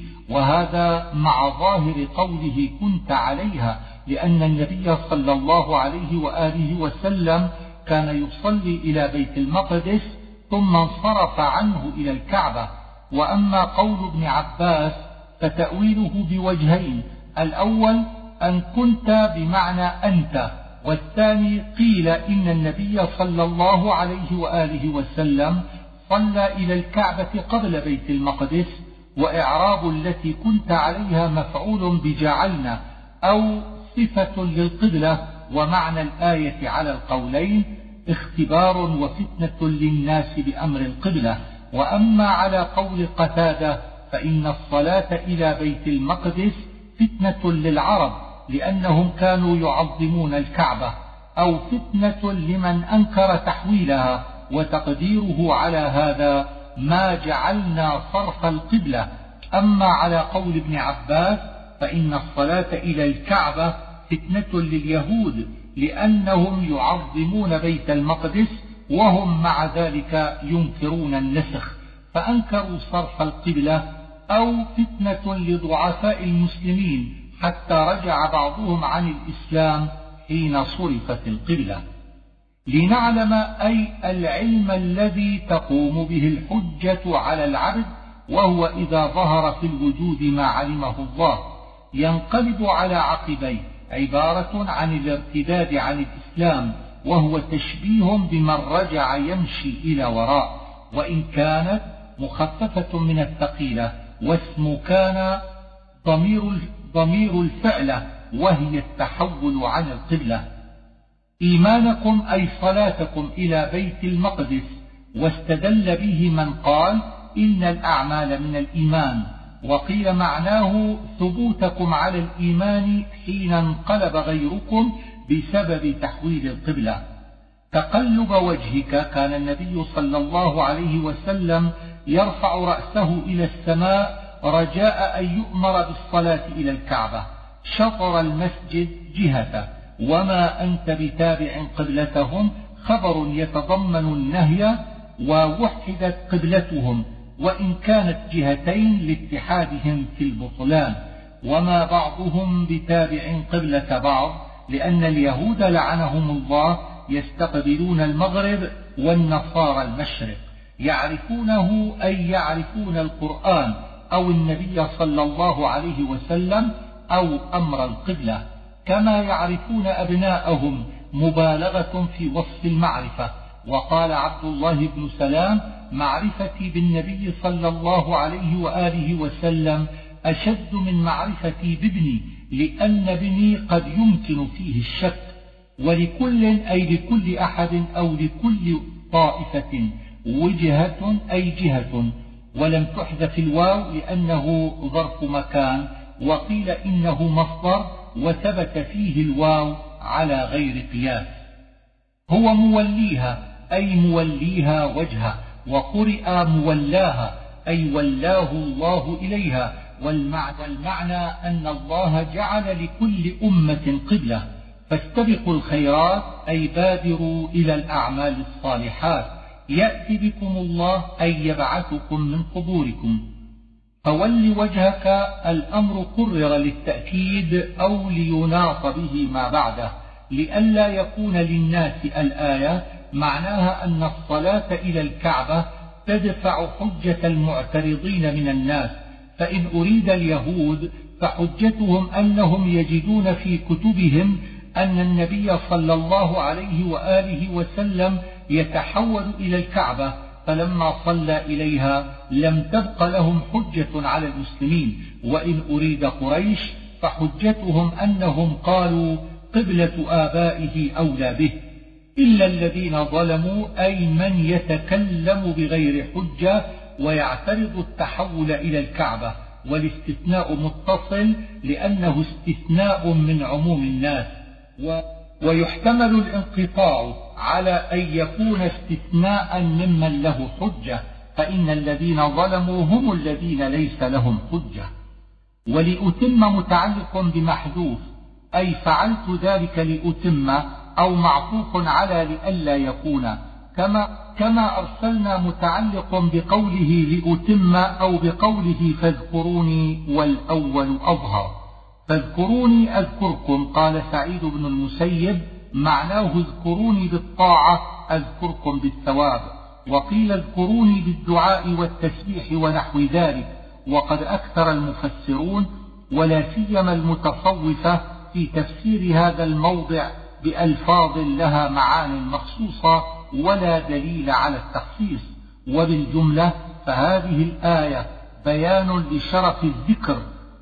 وهذا مع ظاهر قوله كنت عليها، لأن النبي صلى الله عليه وآله وسلم كان يصلي إلى بيت المقدس ثم انصرف عنه إلى الكعبة. وأما قول ابن عباس فتأويله بوجهين، الأول أن كنت بمعنى أنت، والثاني قيل إن النبي صلى الله عليه وآله وسلم صلى إلى الكعبة قبل بيت المقدس، وإعراب التي كنت عليها مفعول بجعلنا أو صفة للقبلة، ومعنى الآية على القولين اختبار وفتنة للناس بأمر القبلة. وأما على قول قتادة فإن الصلاة إلى بيت المقدس فتنة للعرب لأنهم كانوا يعظمون الكعبة، أو فتنة لمن أنكر تحويلها، وتقديره على هذا ما جعلنا صرف القبلة. أما على قول ابن عباس فإن الصلاة إلى الكعبة فتنة لليهود لأنهم يعظمون بيت المقدس وهم مع ذلك ينكرون النسخ، فأنكروا صرف القبلة، أو فتنة لضعفاء المسلمين حتى رجع بعضهم عن الإسلام حين صرفت القبلة. لنعلم أي العلم الذي تقوم به الحجة على العبد، وهو إذا ظهر في الوجود ما علمه الله، ينقلب على عقبيه، عبارة عن الارتداد عن الإسلام، وهو تشبيه بمن رجع يمشي إلى وراء، وإن كانت مخففة من الثقيلة، واسم كان ضمير ضمير الفعلة وهي التحول عن القبلة. إيمانكم أي صلاتكم إلى بيت المقدس، واستدل به من قال إن الأعمال من الإيمان، وقيل معناه ثبوتكم على الإيمان حين انقلب غيركم بسبب تحويل القبلة. تقلب وجهك، كان النبي صلى الله عليه وسلم يرفع رأسه إلى السماء رجاء أن يؤمر بالصلاة إلى الكعبة، شطر المسجد جهته، وما أنت بتابع قبلتهم خبر يتضمن النهي، ووحدت قبلتهم وإن كانت جهتين لاتحادهم في البطلان، وما بعضهم بتابع قبلة بعض، لأن اليهود لعنهم الله يستقبلون المغرب والنصارى المشرق، يعرفونه أي يعرفون القرآن أو النبي صلى الله عليه وسلم أو أمر القبلة، كما يعرفون أبناءهم، مبالغة في وصف المعرفة. وقال عبد الله بن سلام: معرفتي بالنبي صلى الله عليه وآله وسلم أشد من معرفتي بابني، لأن ابني قد يمكن فيه الشك. ولكل أي لكل أحد أو لكل طائفة وجهة أي جهة، ولم تحذف الواو لأنه ظرف مكان، وقيل إنه مصدر وثبت فيه الواو على غير قياس. هو موليها أي موليها وجهه، وقرئ مولاها أي ولاه الله إليها. والمعنى أن الله جعل لكل أمة قبلة، فاستبقوا الخيرات أي بادروا إلى الأعمال الصالحات، يأتي بكم الله أي يبعثكم من قبوركم. فول وجهك الأمر قرر للتأكيد أو ليناط به ما بعده، لئلا يكون للناس الآية معناها أن الصلاة إلى الكعبة تدفع حجة المعترضين من الناس. فإن أريد اليهود فحجتهم أنهم يجدون في كتبهم أن النبي صلى الله عليه وآله وسلم يتحول إلى الكعبة، فلما صلى إليها لم تبق لهم حجة على المسلمين. وإن أريد قريش فحجتهم أنهم قالوا قبلة آبائه أولى به، إلا الذين ظلموا أي من يتكلم بغير حجة ويعترض التحول إلى الكعبة. والاستثناء متصل لأنه استثناء من عموم الناس، ويحتمل الانقطاع على أن يكون استثناء ممن له حجة، فإن الذين ظلموا هم الذين ليس لهم حجة. ولأتم متعلق بمحذوف أي فعلت ذلك لأتم، أو معطوف على لئلا يكون، كما, كما أرسلنا متعلق بقوله لأتم أو بقوله فاذكروني، والأول أظهر. فاذكروني أذكركم، قال سعيد بن المسيب معناه اذكروني بالطاعة أذكركم بالثواب. وقيل اذكروني بالدعاء والتسبيح ونحو ذلك. وقد أكثر المفسرون ولا سيما المتصوفة في تفسير هذا الموضع بألفاظ لها معان مخصوصة ولا دليل على التخصيص. وبالجملة فهذه الآية بيان لشرف الذكر،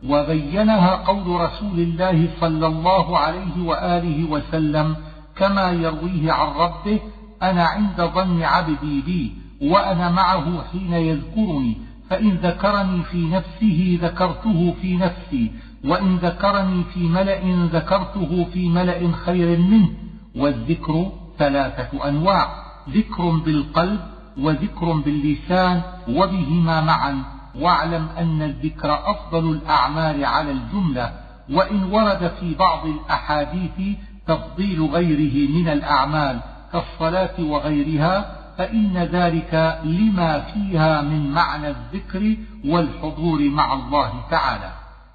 وبينها قول رسول الله صلى الله عليه وآله وسلم كما يرويه عن ربه: أنا عند ظن عبدي بي وأنا معه حين يذكرني، فإن ذكرني في نفسه ذكرته في نفسي، وإن ذكرني في ملأ ذكرته في ملأ خير منه. والذكر ثلاثة أنواع: ذكر بالقلب وذكر باللسان وبهما معا. واعلم أن الذكر أفضل الأعمال على الجملة، وإن ورد في بعض الأحاديث تفضيل غيره من الأعمال كالصلاة وغيرها، فإن ذلك لما فيها من معنى الذكر والحضور مع الله تعالى.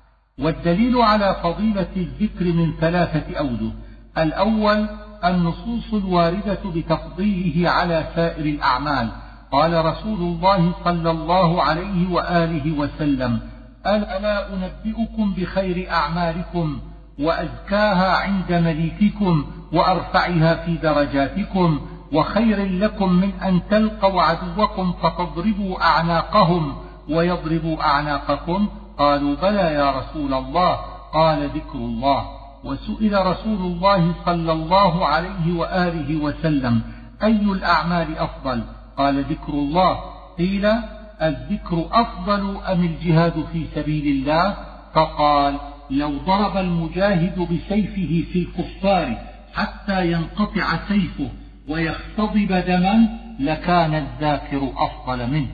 والدليل على فضيلة الذكر من ثلاثة أوجه: الأول النصوص الواردة بتفضيله على سائر الأعمال. قال رسول الله صلى الله عليه وآله وسلم: ألا أنبئكم بخير أعمالكم وأزكاها عند مليككم وأرفعها في درجاتكم، وخير لكم من أن تلقوا عدوكم فتضربوا أعناقهم ويضربوا أعناقكم؟ قالوا: بلى يا رسول الله. قال: ذكر الله. وسئل رسول الله صلى الله عليه وآله وسلم: أي الأعمال أفضل؟ قال: ذكر الله. قيل: الذكر أفضل أم الجهاد في سبيل الله؟ فقال: لو ضرب المجاهد بسيفه في الكفار حتى ينقطع سيفه ويختضب دما لكان الذاكر أفضل منه.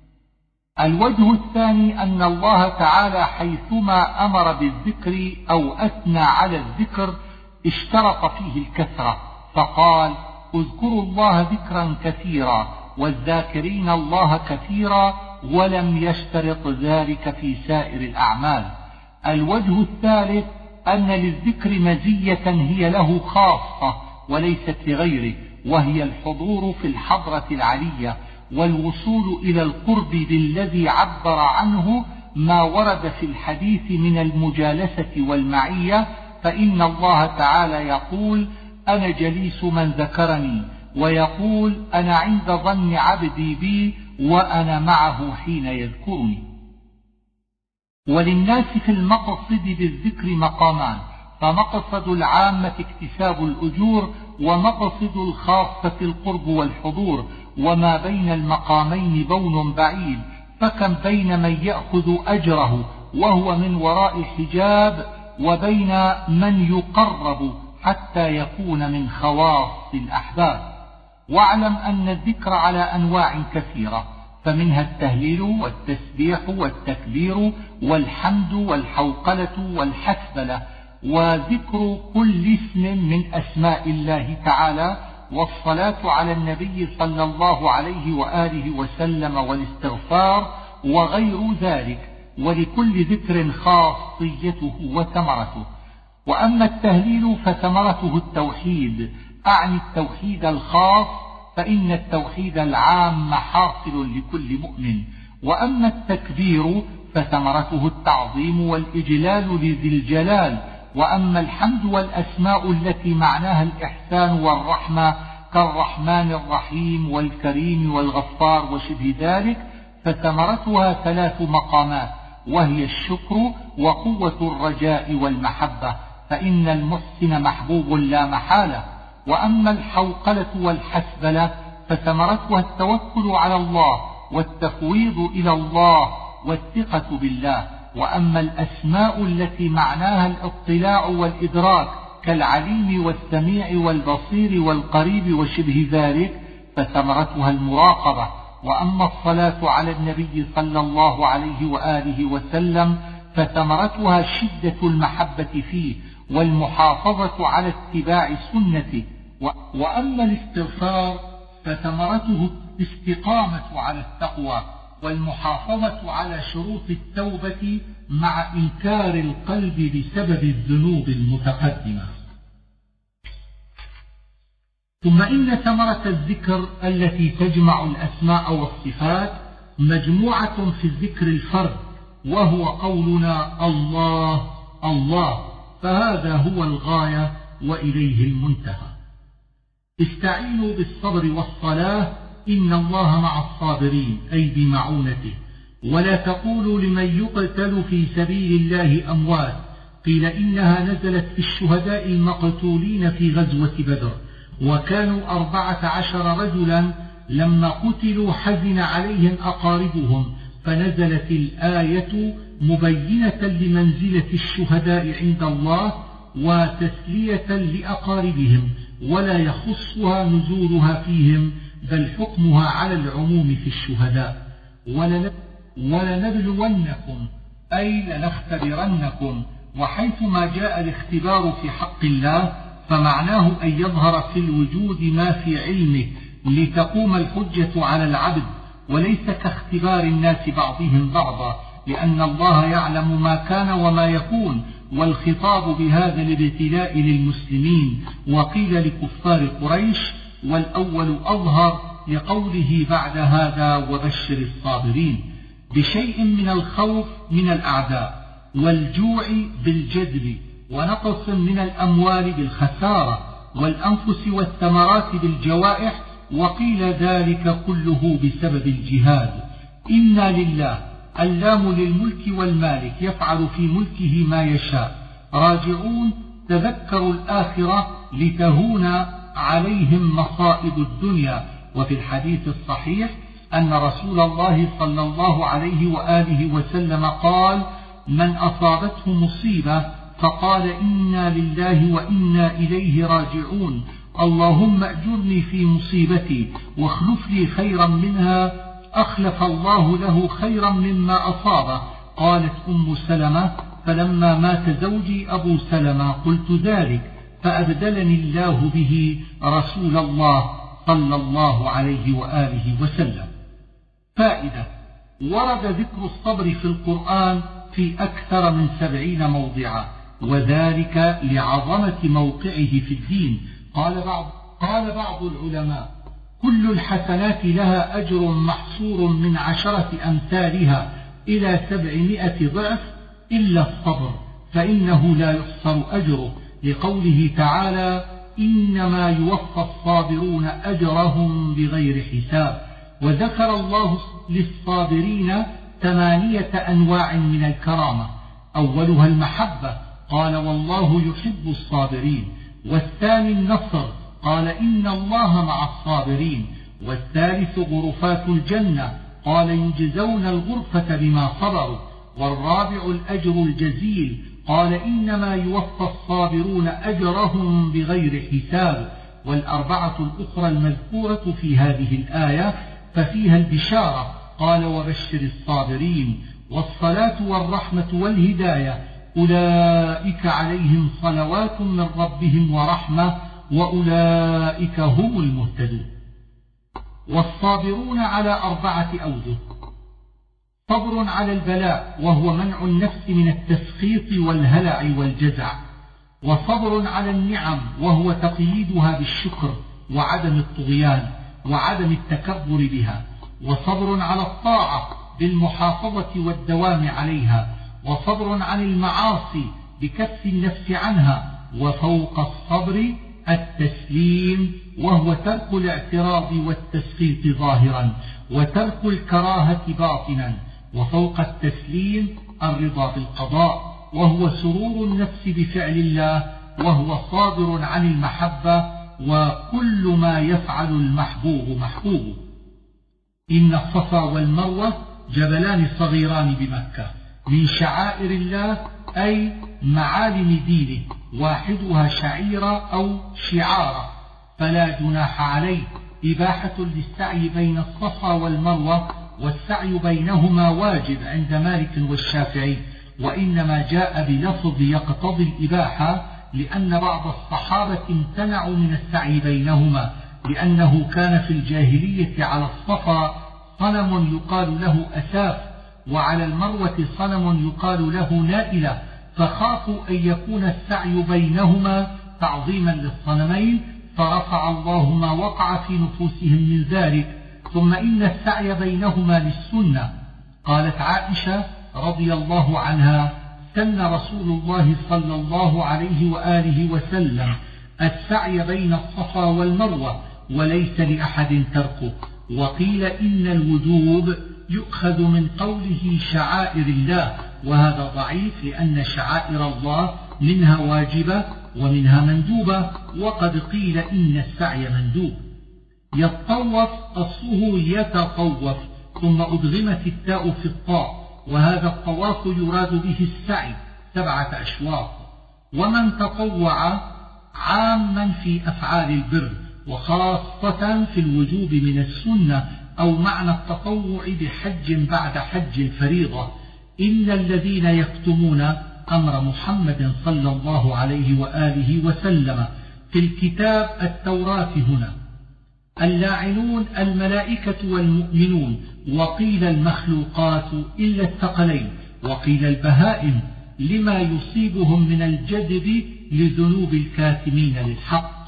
الوجه الثاني أن الله تعالى حيثما أمر بالذكر أو أثنى على الذكر اشترط فيه الكثرة، فقال: اذكروا الله ذكرا كثيرا والذاكرين الله كثيرا، ولم يشترط ذلك في سائر الأعمال. الوجه الثالث أن للذكر مزية هي له خاصة وليست لغيره، وهي الحضور في الحضرة العلية والوصول إلى القرب بالذي عبر عنه ما ورد في الحديث من المجالسة والمعية. فإن الله تعالى يقول: أنا جليس من ذكرني، ويقول: أنا عند ظن عبدي بي وأنا معه حين يذكرني. وللناس في المقصد بالذكر مقامان، فمقصد العامة اكتساب الأجور، ومقصد الخاصة القرب والحضور، وما بين المقامين بون بعيد، فكم بين من يأخذ أجره وهو من وراء حجاب، وبين من يقرب حتى يكون من خواص الأحباب. واعلم أن الذكر على أنواع كثيرة، فمنها التهليل والتسبيح والتكبير والحمد والحوقلة والحسبلة، وذكر كل اسم من أسماء الله تعالى، والصلاة على النبي صلى الله عليه وآله وسلم، والاستغفار وغير ذلك، ولكل ذكر خاصيته وثمرته. وأما التهليل فثمرته التوحيد، أعني التوحيد الخاص، فإن التوحيد العام حاصل لكل مؤمن. وأما التكبير فثمرته التعظيم والإجلال لذي الجلال. وأما الحمد والأسماء التي معناها الإحسان والرحمة كالرحمن الرحيم والكريم والغفار وشبه ذلك، فثمرتها ثلاث مقامات، وهي الشكر وقوة الرجاء والمحبة، فإن المحسن محبوب لا محالة. وأما الحوقلة والحسبلة فثمرتها التوكل على الله والتفويض إلى الله والثقة بالله. وأما الأسماء التي معناها الاطلاع والإدراك كالعليم والسميع والبصير والقريب وشبه ذلك، فثمرتها المراقبة. وأما الصلاة على النبي صلى الله عليه وآله وسلم فثمرتها شدة المحبة فيه والمحافظة على اتباع سنته. وأما الاستغفار فثمرته الاستقامة على التقوى والمحافظة على شروط التوبة مع إنكار القلب بسبب الذنوب المتقدمة. ثم إن ثمرة الذكر التي تجمع الأسماء والصفات مجموعة في الذكر الفرد، وهو قولنا الله الله، فهذا هو الغاية وإليه المنتهى. استعينوا بالصبر والصلاة إن الله مع الصابرين، أي بمعونته. ولا تقولوا لمن يقتل في سبيل الله أموات، قيل إنها نزلت في الشهداء المقتولين في غزوة بدر، وكانوا أربعة عشر رجلا، لما قتلوا حزن عليهم أقاربهم، فنزلت الآية مبينة لمنزلة الشهداء عند الله وتسلية لأقاربهم، ولا يخصها نزولها فيهم، بل حكمها على العموم في الشهداء. ولنبلونكم أي لنختبرنكم، وحيثما جاء الاختبار في حق الله فمعناه أن يظهر في الوجود ما في علمه لتقوم الحجة على العبد، وليس كاختبار الناس بعضهم بعضا، لأن الله يعلم ما كان وما يكون، والخطاب بهذا الابتلاء للمسلمين، وقيل لكفار قريش، والأول أظهر لقوله بعد هذا وبشر الصابرين، بشيء من الخوف من الأعداء، والجوع بالجدب، ونقص من الأموال بالخسارة، والأنفس والثمرات بالجوائح، وقيل ذلك كله بسبب الجهاد. إنا لله، اللام للملك والمالك، يفعل في ملكه ما يشاء. راجعون، تذكروا الآخرة لتهون عليهم مصائب الدنيا. وفي الحديث الصحيح أن رسول الله صلى الله عليه وآله وسلم قال: من أصابته مصيبة فقال إنا لله وإنا إليه راجعون، اللهم أجرني في مصيبتي واخلف لي خيرا منها، أخلف الله له خيرا مما أصابه. قالت أم سلمة: فلما مات زوجي أبو سلمة قلت ذلك، فأبدلني الله به رسول الله صلى الله عليه وآله وسلم. فائدة: ورد ذكر الصبر في القرآن في أكثر من سبعين موضعا، وذلك لعظمة موقعه في الدين. قال بعض, قال بعض العلماء: كل الحسنات لها أجر محصور من عشرة أمثالها إلى سبعمائة ضعف إلا الصبر، فإنه لا يحصر أجره، لقوله تعالى: إنما يوفى الصابرون أجرهم بغير حساب. وذكر الله للصابرين ثمانية أنواع من الكرامة. أولها المحبة، قال والله يحب الصابرين. والثاني النصر، قال إن الله مع الصابرين. والثالث غرفات الجنة، قال يجزون الغرفة بما صبروا. والرابع الأجر الجزيل، قال إنما يوفى الصابرون أجرهم بغير حساب. والأربعة الأخرى المذكورة في هذه الآية ففيها البشارة، قال وبشر الصابرين. والصلاة والرحمة والهداية أولئك عليهم صلوات من ربهم ورحمة وأولئك هم المهتدون. والصابرون على أربعة أوجه: صبر على البلاء وهو منع النفس من التسخيط والهلع والجزع، وصبر على النعم وهو تقييدها بالشكر وعدم الطغيان وعدم التكبر بها، وصبر على الطاعة بالمحافظة والدوام عليها، وصبر عن المعاصي بكف النفس عنها، وفوق الصبر التسليم وهو ترك الاعتراض والتسخيط ظاهرا وترك الكراهة باطنا، وفوق التسليم الرضا بالقضاء وهو سرور النفس بفعل الله، وهو صادر عن المحبة، وكل ما يفعل المحبوب محبوب. إن الصفا والمروة جبلان صغيران بمكة من شعائر الله أي معالم دينه، واحدها شعيرة أو شعارة، فلا جناح عليه إباحة للسعي بين الصفا والمروة، والسعي بينهما واجب عند مالك والشافعي، وإنما جاء بلفظ يقتضي الإباحة لأن بعض الصحابة امتنعوا من السعي بينهما، لأنه كان في الجاهلية على الصفا صنم يقال له أساف، وعلى المروة صنم يقال له نائلة، فخافوا أن يكون السعي بينهما تعظيما للصنمين، فرفع الله ما وقع في نفوسهم من ذلك. ثم إن السعي بينهما للسنة. قالت عائشة رضي الله عنها: سن رسول الله صلى الله عليه وآله وسلم السعي بين الصفا والمروة وليس لأحد تركه. وقيل إن الوجوب يؤخذ من قوله شعائر الله، وهذا ضعيف لأن شعائر الله منها واجبة ومنها مندوبة، وقد قيل إن السعي مندوب. يتطوف أصله يتطوف ثم أدغمت التاء في الطاء، وهذا الطواف يراد به السعي سبعة أشواط. ومن تطوع عاما في أفعال البر وخاصة في الوجوب من السنة، أو معنى التطوع بحج بعد حج الفريضة. إن الذين يكتمون أمر محمد صلى الله عليه وآله وسلم في الكتاب التوراة هنا اللاعنون الملائكة والمؤمنون، وقيل المخلوقات إلا الثقلين، وقيل البهائم لما يصيبهم من الجدب لذنوب الكاتمين للحق.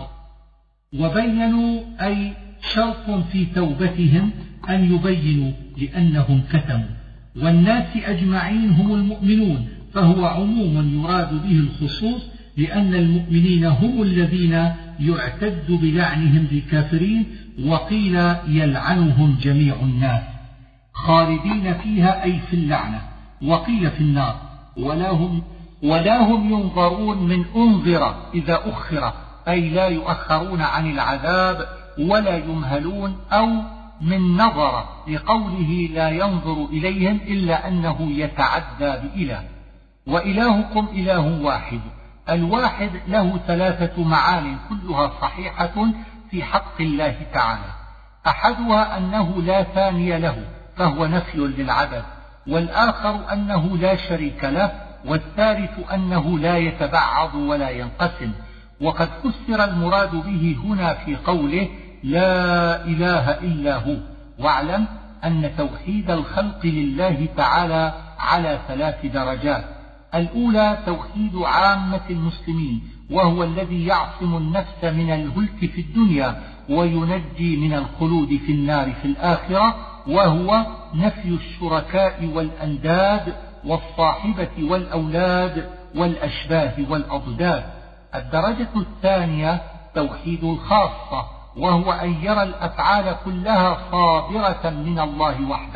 وبينوا أي شرط في توبتهم أن يبينوا لأنهم كتموا. والناس أجمعين هم المؤمنون، فهو عموم يراد به الخصوص، لأن المؤمنين هم الذين يعتد بلعنهم للكافرين. وقيل يلعنهم جميع الناس خالدين فيها أي في اللعنة، وقيل في النار، ولا هم, ولا هم ينظرون من أنظر إذا أخر أي لا يؤخرون عن العذاب ولا يمهلون، أو من نظر لقوله لا ينظر إليهم إلا أنه يتعدى بإله. وإلهكم إله واحد. الواحد له ثلاثة معان كلها صحيحة في حق الله تعالى. أحدها أنه لا ثاني له فهو نفي للعدد، والآخر أنه لا شريك له، والثالث أنه لا يتبعض ولا ينقسم. وقد فسر المراد به هنا في قوله لا إله إلا هو. واعلم أن توحيد الخلق لله تعالى على ثلاث درجات: الأولى توحيد عامة المسلمين، وهو الذي يعصم النفس من الهلك في الدنيا وينجي من الخلود في النار في الآخرة، وهو نفي الشركاء والأنداد والصاحبة والأولاد والأشباه والأضداد. الدرجة الثانية توحيد الخاصة، وهو أن يرى الأفعال كلها صادرة من الله وحده،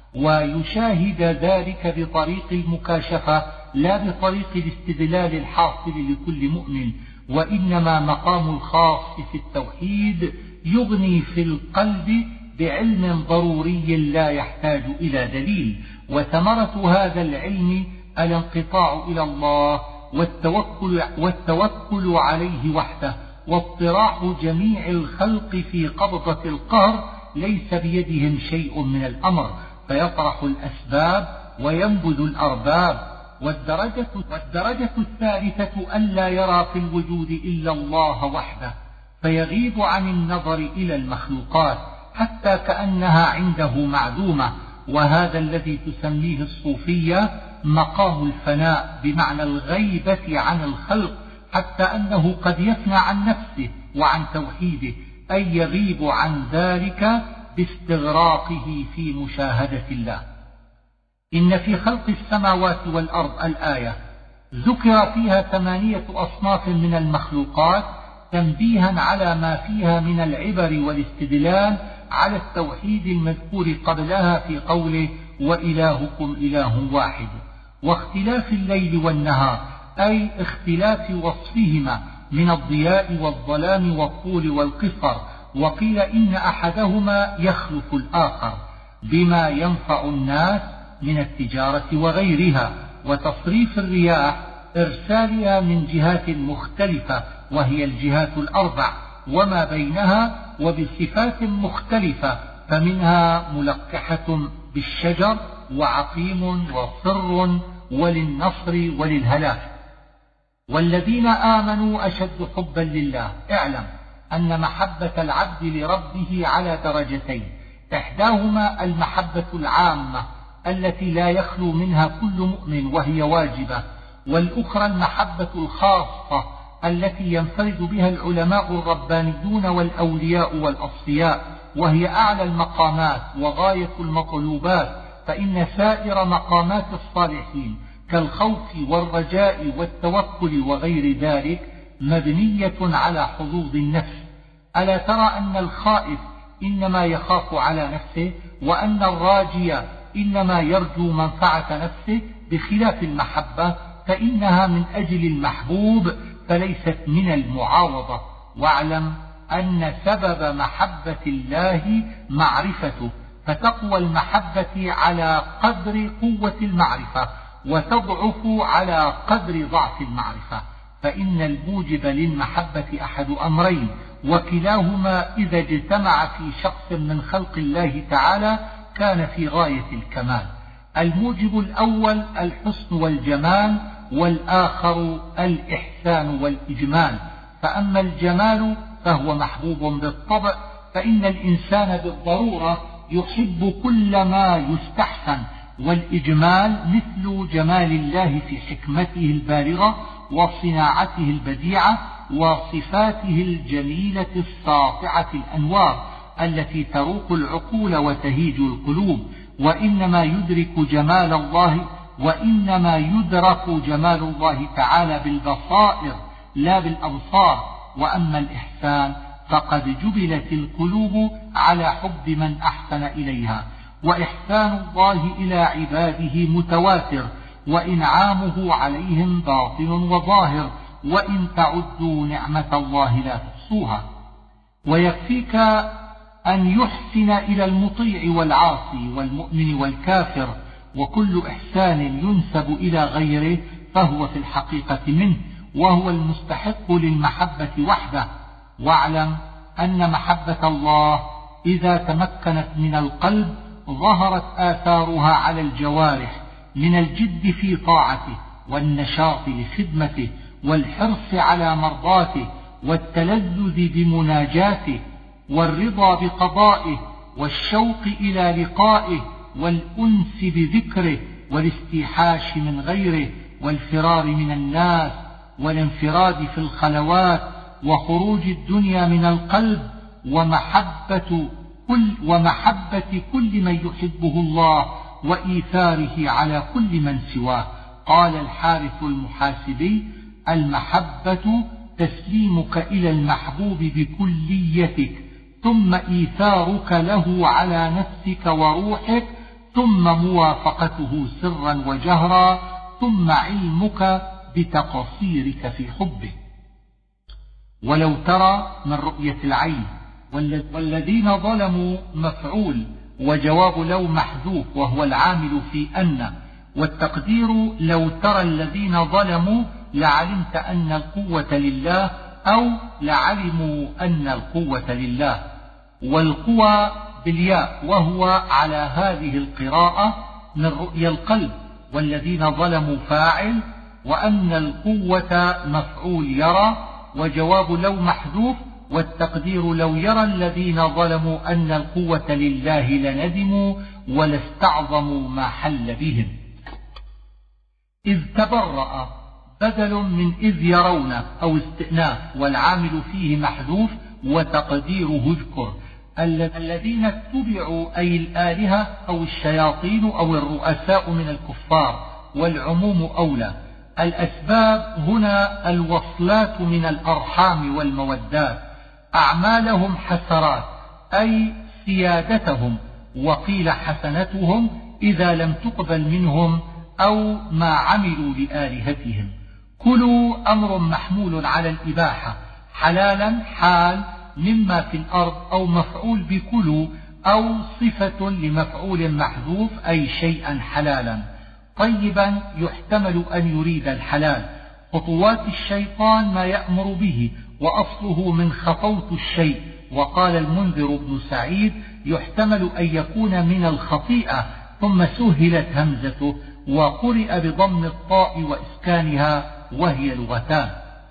ويشاهد ذلك بطريق المكاشفة لا بطريق الاستدلال الحاصل لكل مؤمن، وإنما مقام الخاص في التوحيد يغني في القلب بعلم ضروري لا يحتاج إلى دليل، وثمرة هذا العلم الانقطاع إلى الله والتوكل, والتوكل عليه وحده، واضطراح جميع الخلق في قبضة القهر ليس بيدهم شيء من الأمر، فيطرح الأسباب وينبذ الأرباب. والدرجة, والدرجة الثالثة ألا يرى في الوجود إلا الله وحده، فيغيب عن النظر إلى المخلوقات حتى كأنها عنده معدومة، وهذا الذي تسميه الصوفية مقام الفناء، بمعنى الغيبة عن الخلق، حتى أنه قد يفنى عن نفسه وعن توحيده، أي يغيب عن ذلك باستغراقه في مشاهدة الله. إن في خلق السماوات والأرض الآية ذكر فيها ثمانية أصناف من المخلوقات تنبيها على ما فيها من العبر والاستدلال على التوحيد المذكور قبلها في قوله وإلهكم إله واحد، واختلاف الليل والنهار، أي اختلاف وصفهما من الضياء والظلام والطول والقصر، وقيل إن أحدهما يخلف الآخر بما ينفع الناس من التجارة وغيرها، وتصريف الرياح إرسالها من جهات مختلفة وهي الجهات الأربع وما بينها وبصفات مختلفة، فمنها ملقحة بالشجر وعقيم وصر وللنصر وللهلاك. والذين آمنوا أشد حبا لله. اعلم أن محبة العبد لربه على درجتين، إحداهما المحبة العامة التي لا يخلو منها كل مؤمن وهي واجبة، والأخرى المحبة الخاصة التي ينفرد بها العلماء الربانيون والأولياء والأصفياء، وهي أعلى المقامات وغاية المطلوبات، فإن سائر مقامات الصالحين كالخوف والرجاء والتوكل وغير ذلك مبنية على حظوظ النفس. ألا ترى أن الخائف إنما يخاف على نفسه، وأن الراجي إنما يرجو منفعة نفسه، بخلاف المحبة فإنها من أجل المحبوب فليست من المعاوضة. واعلم أن سبب محبة الله معرفته، فتقوى المحبة على قدر قوة المعرفة، وتضعف على قدر ضعف المعرفة، فإن الموجب للمحبة أحد أمرين، وكلاهما إذا اجتمع في شخص من خلق الله تعالى كان في غاية الكمال. الموجب الأول الحسن والجمال، والآخر الإحسان والإجمال. فأما الجمال فهو محبوب بالطبع، فإن الإنسان بالضرورة يحب كل ما يستحسن، والإجمال مثل جمال الله في حكمته البالغة وصناعته البديعة وصفاته الجميلة الساطعة الأنوار التي تروق العقول وتهيج القلوب. وإنما يدرك جمال الله وإنما يدرك جمال الله تعالى بالبصائر لا بالأبصار. وأما الإحسان فقد جبلت القلوب على حب من أحسن إليها، وإحسان الله إلى عباده متواتر، وإنعامه عليهم باطن وظاهر، وإن تعدوا نعمة الله لا تحصوها. ويكفيك أن يحسن إلى المطيع والعاصي والمؤمن والكافر، وكل إحسان ينسب إلى غيره فهو في الحقيقة منه، وهو المستحق للمحبة وحده. واعلم أن محبة الله إذا تمكنت من القلب ظهرت آثارها على الجوارح من الجد في طاعته، والنشاط لخدمته، والحرص على مرضاته، والتلذذ بمناجاته، والرضا بقضائه، والشوق إلى لقائه، والأنس بذكره، والاستيحاش من غيره، والفرار من الناس، والانفراد في الخلوات، وخروج الدنيا من القلب، ومحبة كل, ومحبة كل من يحبه الله، وإيثاره على كل من سواه. قال الحارث المحاسبي: المحبة تسليمك إلى المحبوب بكليتك، ثم إيثارك له على نفسك وروحك، ثم موافقته سرا وجهرا، ثم علمك بتقصيرك في حبه. ولو ترى من رؤية العين. والذين ظلموا مفعول، وجواب لو محذوف وهو العامل في أن، والتقدير لو ترى الذين ظلموا لعلمت أن القوة لله، أو لعلموا أن القوة لله. والقوى بالياء، وهو على هذه القراءة من رؤيا القلب. والذين ظلموا فاعل، وأن القوة مفعول يرى، وجواب لو محذوف، والتقدير لو يرى الذين ظلموا أن القوة لله لندموا ولاستعظموا ما حل بهم. إذ تبرأ بدل من إذ يرون أو استئناف، والعامل فيه محذوف، وتقديره اذكر. الذين اتبعوا أي الآلهة أو الشياطين أو الرؤساء من الكفار، والعموم أولى. الأسباب هنا الوصلات من الأرحام والمودات. أعمالهم حسرات أي سيادتهم، وقيل حسنتهم إذا لم تقبل منهم أو ما عملوا لآلهتهم. كلوا أمر محمول على الإباحة، حلالا حال مما في الأرض، أو مفعول بكلوا، أو صفة لمفعول محذوف أي شيئا حلالا. طيبا يحتمل أن يريد الحلال. خطوات الشيطان ما يأمر به، وأصله من خطوت الشيء. وقال المنذر بن سعيد يحتمل أن يكون من الخطيئة، ثم سهلت همزته، وقرئ بضم الطاء وإسكانها، وهي لغتان.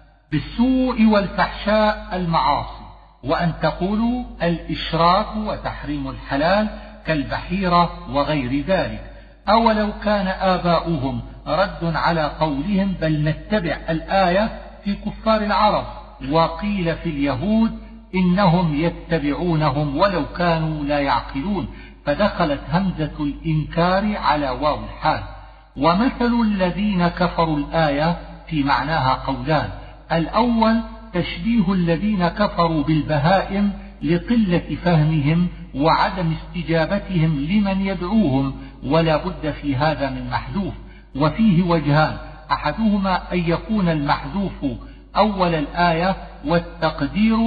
بالسوء والفحشاء المعاصي، وأن تقولوا الإشراك وتحريم الحلال كالبحيرة وغير ذلك. أولو كان آباؤهم، رد على قولهم بل نتبع الآية في كفار العرب. وقيل في اليهود إنهم يتبعونهم ولو كانوا لا يعقلون، فدخلت همزة الإنكار على واو الحال. ومثل الذين كفروا الآية في معناها قولان. الأول تشبيه الذين كفروا بالبهائم لقلة فهمهم وعدم استجابتهم لمن يدعوهم، ولا بد في هذا من محذوف. وفيه وجهان، أحدهما أن يكون المحذوف أول الآية، والتقدير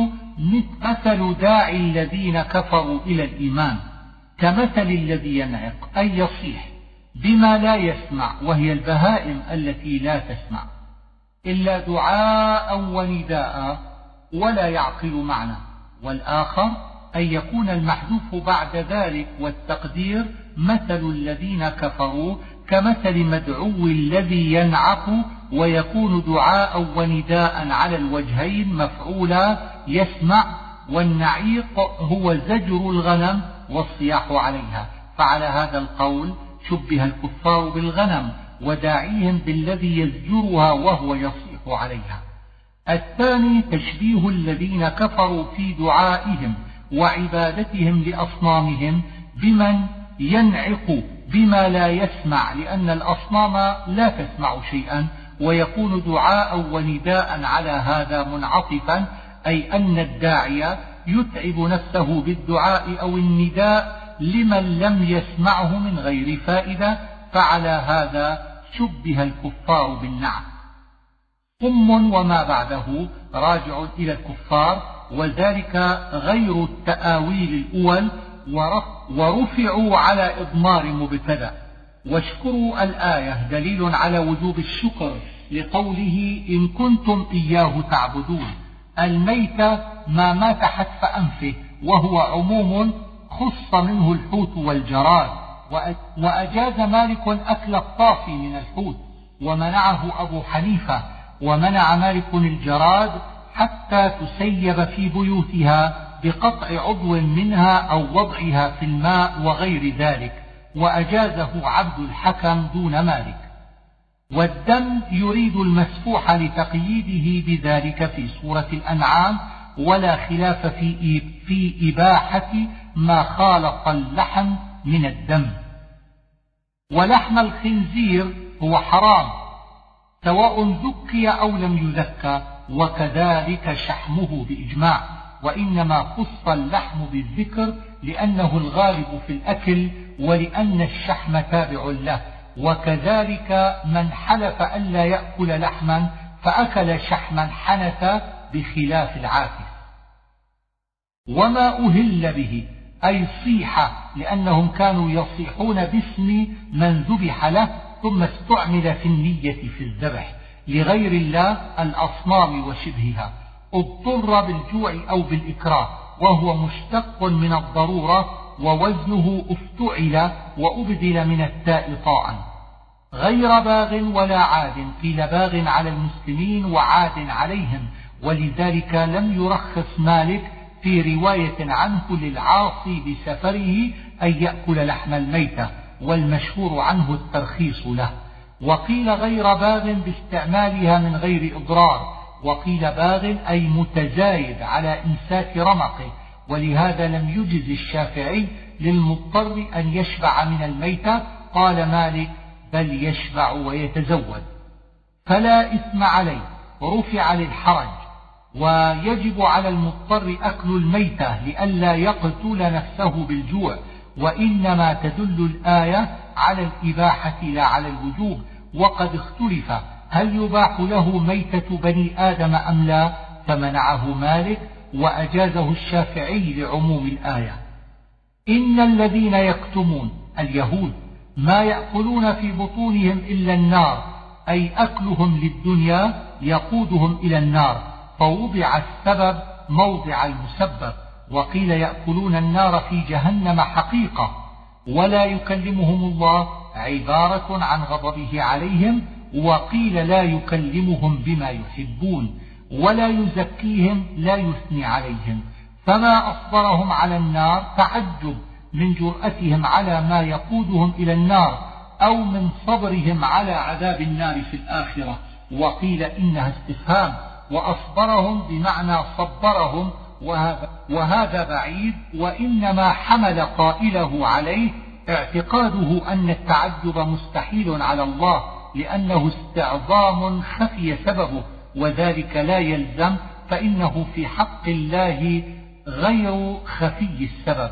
مثل داعي الذين كفروا إلى الإيمان، كمثل الذي ينعق أي يصيح بما لا يسمع، وهي البهائم التي لا تسمع إلا دعاء ونداء ولا يعقل معنى. والآخر أن يكون المحذوف بعد ذلك والتقدير مثل الذين كفروا كمثل مدعو الذي ينعق، ويكون دعاء ونداء على الوجهين مفعولا يسمع. والنعيق هو زجر الغنم والصياح عليها، فعلى هذا القول شبه الكفار بالغنم، وداعيهم بالذي يزجرها وهو يصيح عليها. الثاني تشبيه الذين كفروا في دعائهم وعبادتهم لأصنامهم بمن ينعق بما لا يسمع، لأن الأصنام لا تسمع شيئا، ويكون دعاء ونداء على هذا منعطفا، أي أن الداعي يتعب نفسه بالدعاء أو النداء لمن لم يسمعه من غير فائدة، فعلى هذا شبه الكفار بالنعم. صم وما بعده راجع إلى الكفار، وذلك غير التآويل الأول، ورفعوا على إضمار مبتدأ. واشكروا الآية دليل على وجوب الشكر لقوله إن كنتم إياه تعبدون. الميت ما مات حتف أنفه، وهو عموم خص منه الحوت والجراد. وأجاز مالك أكل الطافي من الحوت، ومنعه أبو حنيفة. ومنع مالك الجراد حتى تسيب في بيوتها بقطع عضو منها أو وضعها في الماء وغير ذلك، وأجازه عبد الحكم دون مالك. والدم يريد المسفوح لتقييده بذلك في سورة الأنعام، ولا خلاف في في إباحة ما خالط اللحم من الدم. ولحم الخنزير هو حرام سواء ذكي أو لم يذكى، وكذلك شحمه بإجماع، وإنما خص اللحم بالذكر لأنه الغالب في الأكل ولأن الشحم تابع له، وكذلك من حلف ألا يأكل لحما فأكل شحما حنث بخلاف العاكس. وما أهل به أي صيح، لأنهم كانوا يصيحون باسم من ذبح له ثم استعمل في النية في الذبح لغير الله الأصنام وشبهها، اضطر بالجوع أو بالإكراه، وهو مشتق من الضرورة ووزنه افتعل وأبدل من التاء طاعا. غير باغ ولا عاد، قيل باغ على المسلمين وعاد عليهم، ولذلك لم يرخص مالك في رواية عنه للعاصي بسفره أن يأكل لحم الميتة، والمشهور عنه الترخيص له. وقيل غير باغ باستعمالها من غير إضرار، وقيل باغ أي متزايد على إمساك رمقه، ولهذا لم يجز الشافعي للمضطر أن يشبع من الميتة، قال مالك بل يشبع ويتزود. فلا إثم عليه، رفع للحرج، ويجب على المضطر أكل الميتة لئلا يقتل نفسه بالجوع، وإنما تدل الآية على الإباحة لا على الوجوب. وقد اختلف هل يباح له ميتة بني آدم أم لا، فمنعه مالك وأجازه الشافعي لعموم الآية. إن الذين يكتمون اليهود ما يأكلون في بطونهم إلا النار، أي أكلهم للدنيا يقودهم إلى النار، فوضع السبب موضع المسبب. وقيل يأكلون النار في جهنم حقيقة، ولا يكلمهم الله عبارة عن غضبه عليهم، وقيل لا يكلمهم بما يحبون، ولا يزكيهم لا يثني عليهم. فما أصبرهم على النار تعجب من جرأتهم على ما يقودهم إلى النار، أو من صبرهم على عذاب النار في الآخرة. وقيل إنها استفهام، وأصبرهم بمعنى صبرهم، وهذا, وهذا بعيد، وإنما حمل قائله عليه اعتقاده أن التعجب مستحيل على الله، لأنه استعظام خفي سببه، وذلك لا يلزم، فإنه في حق الله غير خفي السبب.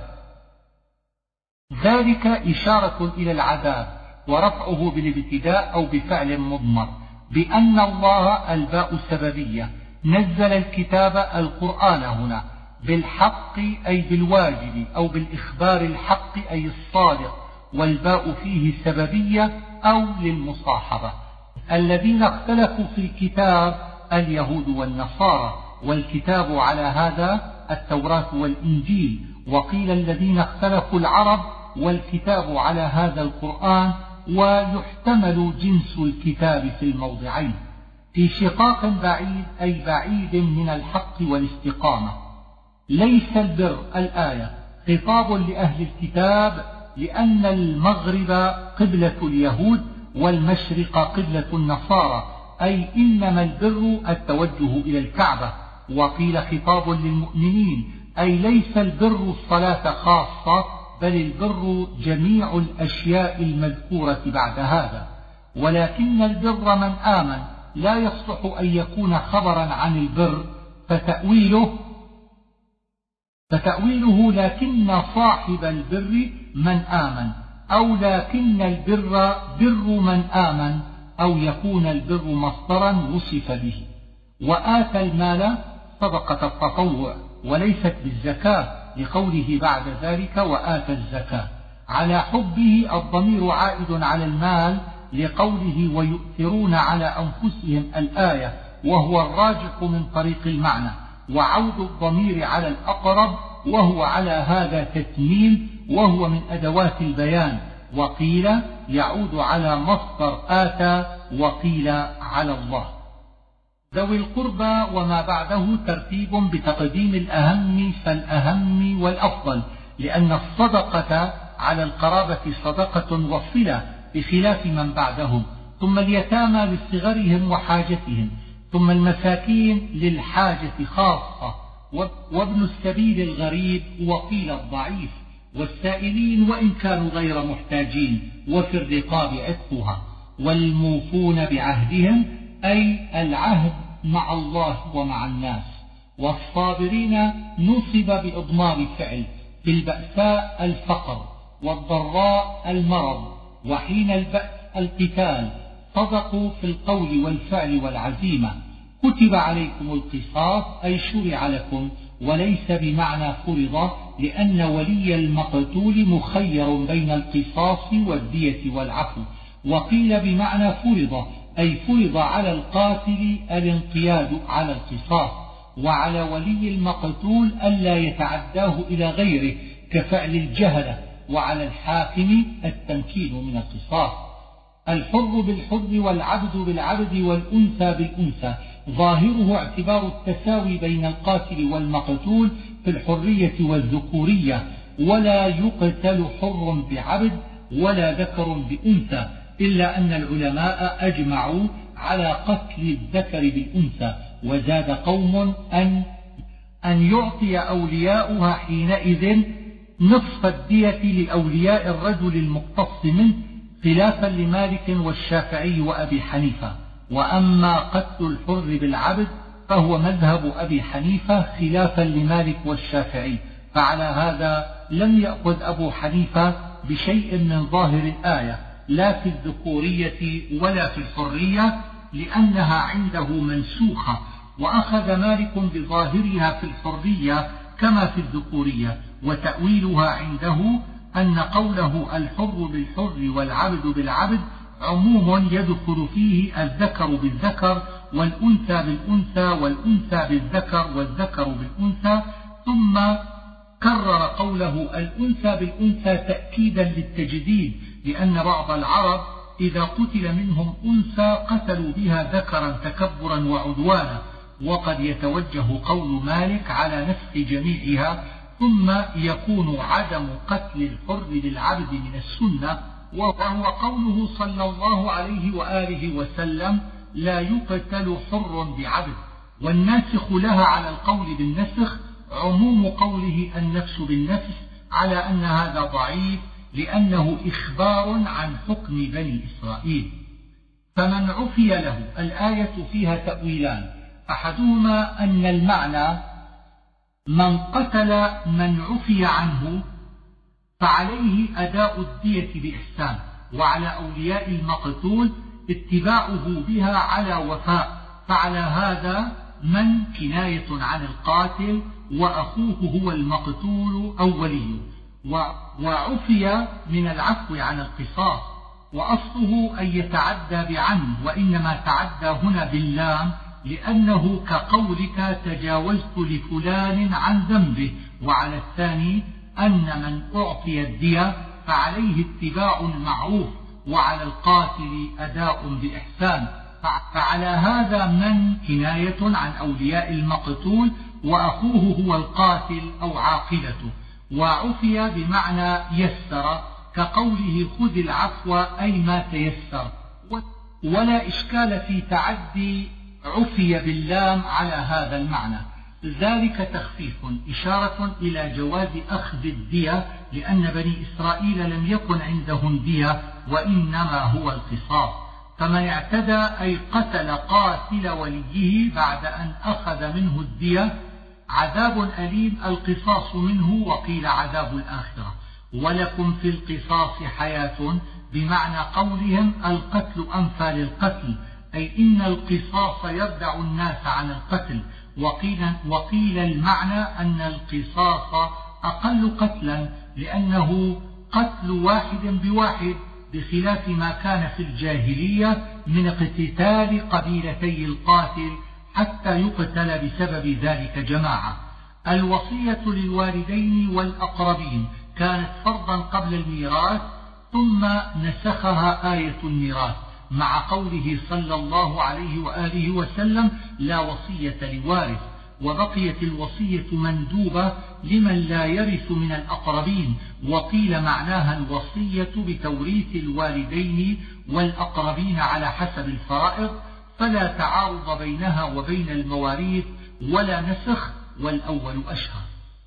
ذلك إشارة إلى العذاب، ورفعه بالابتداء أو بفعل مضمر، بأن الله الباء سببية نزل الكتاب القرآن هنا بالحق أي بالواجب، أو بالإخبار الحق أي الصادق، والباء فيه سببية أو للمصاحبة. الذين اختلفوا في الكتاب اليهود والنصارى، والكتاب على هذا التوراة والإنجيل. وقيل الذين اختلفوا العرب، والكتاب على هذا القرآن، ويحتمل جنس الكتاب في الموضعين. في شقاق بعيد أي بعيد من الحق والاستقامة. ليس البر الآية خطاب لأهل الكتاب، لأن المغرب قبلة اليهود والمشرق قبلة النصارى، أي إنما البر التوجه إلى الكعبة. وقيل خطاب للمؤمنين، أي ليس البر الصلاة خاصة، بل البر جميع الأشياء المذكورة بعد هذا. ولكن البر من آمن، لا يصلح أن يكون خبرا عن البر، فتأويله فتأويله لكن صاحب البر من آمن، أو لكن البر بر من آمن، أو يكون البر مصدرا وصف به. وآتى المال صدقة التطوع وليست بالزكاة، لقوله بعد ذلك وآتى الزكاة. على حبه الضمير عائد على المال، لقوله ويؤثرون على أنفسهم الآية، وهو الراجح من طريق المعنى. وعود الضمير على الأقرب، وهو على هذا تتميم، وهو من أدوات البيان. وقيل يعود على مصدر آتى، وقيل على الله. ذوي القربى وما بعده ترتيب بتقديم الأهم فالأهم والأفضل، لأن الصدقة على القرابة صدقة وصلة بخلاف من بعدهم، ثم اليتامى لصغرهم وحاجتهم، ثم المساكين للحاجة خاصة، وابن السبيل الغريب، وقيل الضعيف، والسائلين وإن كانوا غير محتاجين، وفي الرقاب عتقها، والموفون بعهدهم أي العهد مع الله ومع الناس، والصابرين نصب بإضمار فعل في البأساء الفقر، والضراء المرض، وحين البأس القتال، صدقوا في القول والفعل والعزيمة. كتب عليكم القصاص أي شرع لكم، وليس بمعنى فرض، لأن ولي المقتول مخير بين القصاص والدية والعفو. وقيل بمعنى فرض أي فرض على القاتل الانقياد على القصاص، وعلى ولي المقتول ألا يتعداه إلى غيره كفعل الجهلة، وعلى الحاكم التمكين من القصاص. الحر بالحر والعبد بالعبد والأنثى بالأنثى، ظاهره اعتبار التساوي بين القاتل والمقتول في الحرية والذكورية، ولا يقتل حر بعبد ولا ذكر بأنثى، إلا أن العلماء أجمعوا على قتل الذكر بالأنثى. وزاد قوم أن أن يعطي أولياؤها حينئذ نصف الدية لأولياء الرجل المقتص منه، خلافا لمالك والشافعي وأبي حنيفة. وأما قتل الحر بالعبد فهو مذهب أبي حنيفة خلافا لمالك والشافعي، فعلى هذا لم يأخذ أبو حنيفة بشيء من ظاهر الآية، لا في الذكورية ولا في الحرية، لأنها عنده منسوخة، وأخذ مالك بظاهرها في الحرية كما في الذكورية. وتأويلها عنده أن قوله الحر بالحر والعبد بالعبد عموم يدخل فيه الذكر بالذكر والأنثى بالأنثى والأنثى بالذكر والذكر بالأنثى، ثم كرر قوله الأنثى بالأنثى تأكيدا للتجديد، لأن بعض العرب إذا قتل منهم أنثى قتلوا بها ذكرا تكبرا وعدوانا، وقد يتوجه قول مالك على نسخ جميعها، ثم يكون عدم قتل الحر للعبد من السنة، وهو قوله صلى الله عليه وآله وسلم لا يقتل حر بعبد. والناسخ لها على القول بالنسخ عموم قوله النفس بالنفس، على أن هذا ضعيف لأنه إخبار عن حكم بني إسرائيل. فمن عفي له، الآية فيها تأويلان، أحدهما أن المعنى من قتل من عفي عنه فعليه أداء الدية بإحسان، وعلى أولياء المقتول اتباعه بها على وفاء، فعلى هذا من كناية عن القاتل وأخوه هو المقتول أو وليه. وعفي من العفو عن القصاص، وأصله أن يتعدى بعن، وإنما تعدى هنا باللام، لأنه كقولك تجاوزت لفلان عن ذنبه. وعلى الثاني أن من أعطي الدية فعليه اتباع المعروف، وعلى القاتل أداء بإحسان، فعلى هذا من كناية عن أولياء المقتول وأخوه هو القاتل أو عاقلته. وعفي بمعنى يسر، كقوله خذ العفو أي ما تيسر. ولا إشكال في تعدي عفي باللام على هذا المعنى، ذلك تخفيف إشارة إلى جواز أخذ الدية، لأن بني إسرائيل لم يكن عندهم دية وإنما هو القصاص. فمن اعتدى أي قتل قاتل وليه بعد أن أخذ منه الدية عذاب أليم القصاص منه، وقيل عذاب الآخرة. ولكم في القصاص حياة، بمعنى قولهم القتل أنفى للقتل، أي إن القصاص يردع الناس عن القتل. وقيل, وقيل المعنى أن القصاص أقل قتلا، لأنه قتل واحد بواحد، بخلاف ما كان في الجاهلية من اقتتال قبيلتي القاتل حتى يقتل بسبب ذلك جماعة. الوصية للوالدين والأقربين كانت فرضا قبل الميراث، ثم نسخها آية الميراث مع قوله صلى الله عليه وآله وسلم لا وصية لوارث، وبقيت الوصية مندوبة لمن لا يرث من الأقربين. وقيل معناها الوصية بتوريث الوالدين والأقربين على حسب الفرائض، فلا تعارض بينها وبين المواريث ولا نسخ، والأول أشهر.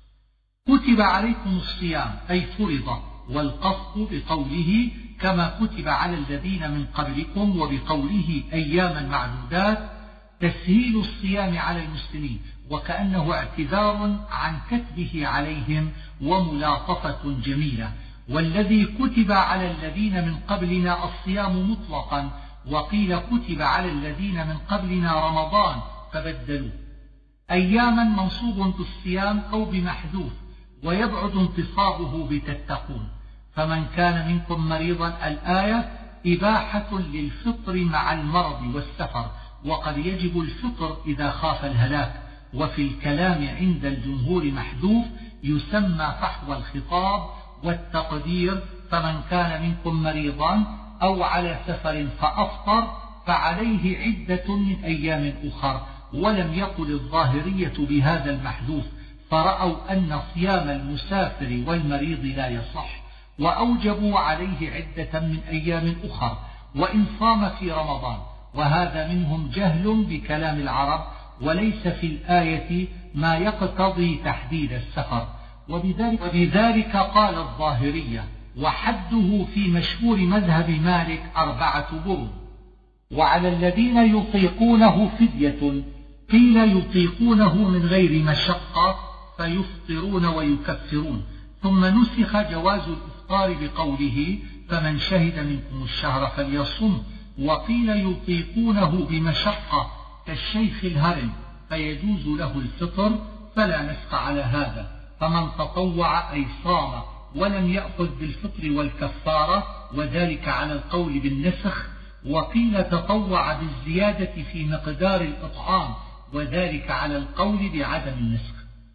كتب عليكم الصيام أي فرض، والقصد بقوله كما كتب على الذين من قبلكم، وبقوله أياما معدودات تسهيل الصيام على المسلمين، وكأنه اعتذار عن كتبه عليهم وملاطفة جميلة. والذي كتب على الذين من قبلنا الصيام مطلقا، وقيل كتب على الذين من قبلنا رمضان فبدلوا. أياما منصوب بالصيام أو بمحذوف، ويبعد انتصابه بتتقون. فمن كان منكم مريضا الآية إباحة للفطر مع المرض والسفر، وقد يجب الفطر إذا خاف الهلاك. وفي الكلام عند الجمهور محذوف يسمى فحوى الخطاب، والتقدير فمن كان منكم مريضا أو على سفر فأفطر فعليه عدة من أيام أخر. ولم يقل الظاهرية بهذا المحذوف، فرأوا أن صيام المسافر والمريض لا يصح، وأوجبوا عليه عدة من أيام أخر وإن صام في رمضان. وهذا منهم جهل بكلام العرب، وليس في الآية ما يقتضي تحديد السفر. وبذلك, وبذلك قال الظاهرية: وحده في مشهور مذهب مالك أربعة برد. وعلى الذين يطيقونه فدية، قيل يطيقونه من غير مشقة فيفطرون ويكفرون. ثم نسخ جواز الإفطار بقوله: فمن شهد منكم الشهر فليصم. وقيل يطيقونه بمشقة كالشيخ الهرم فيجوز له الفطر، فلا نسخ على هذا. فمن تطوع أي صام ولم يأخذ بالفطر والكفارة، وذلك على القول بالنسخ. وقيل تطوع بالزيادة في مقدار الإطعام، وذلك على القول بعدم النسخ.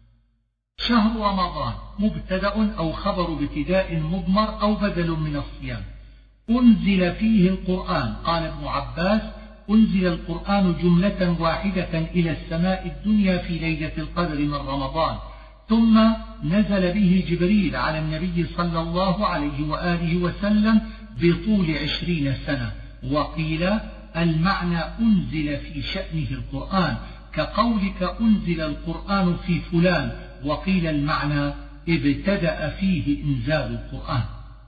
شهر رمضان مبتدأ أو خبر ابتداء مضمر أو بدل من الصيام. أنزل فيه القرآن. قال ابن عباس: أنزل القرآن جملة واحدة إلى السماء الدنيا في ليلة القدر من رمضان، ثم نزل به جبريل على النبي صلى الله عليه وآله وسلم بطول عشرين سنة. وقيل المعنى أنزل في شأنه القرآن، كقولك أنزل القرآن في فلان. وقيل المعنى ابتدأ فيه إنزال القرآن.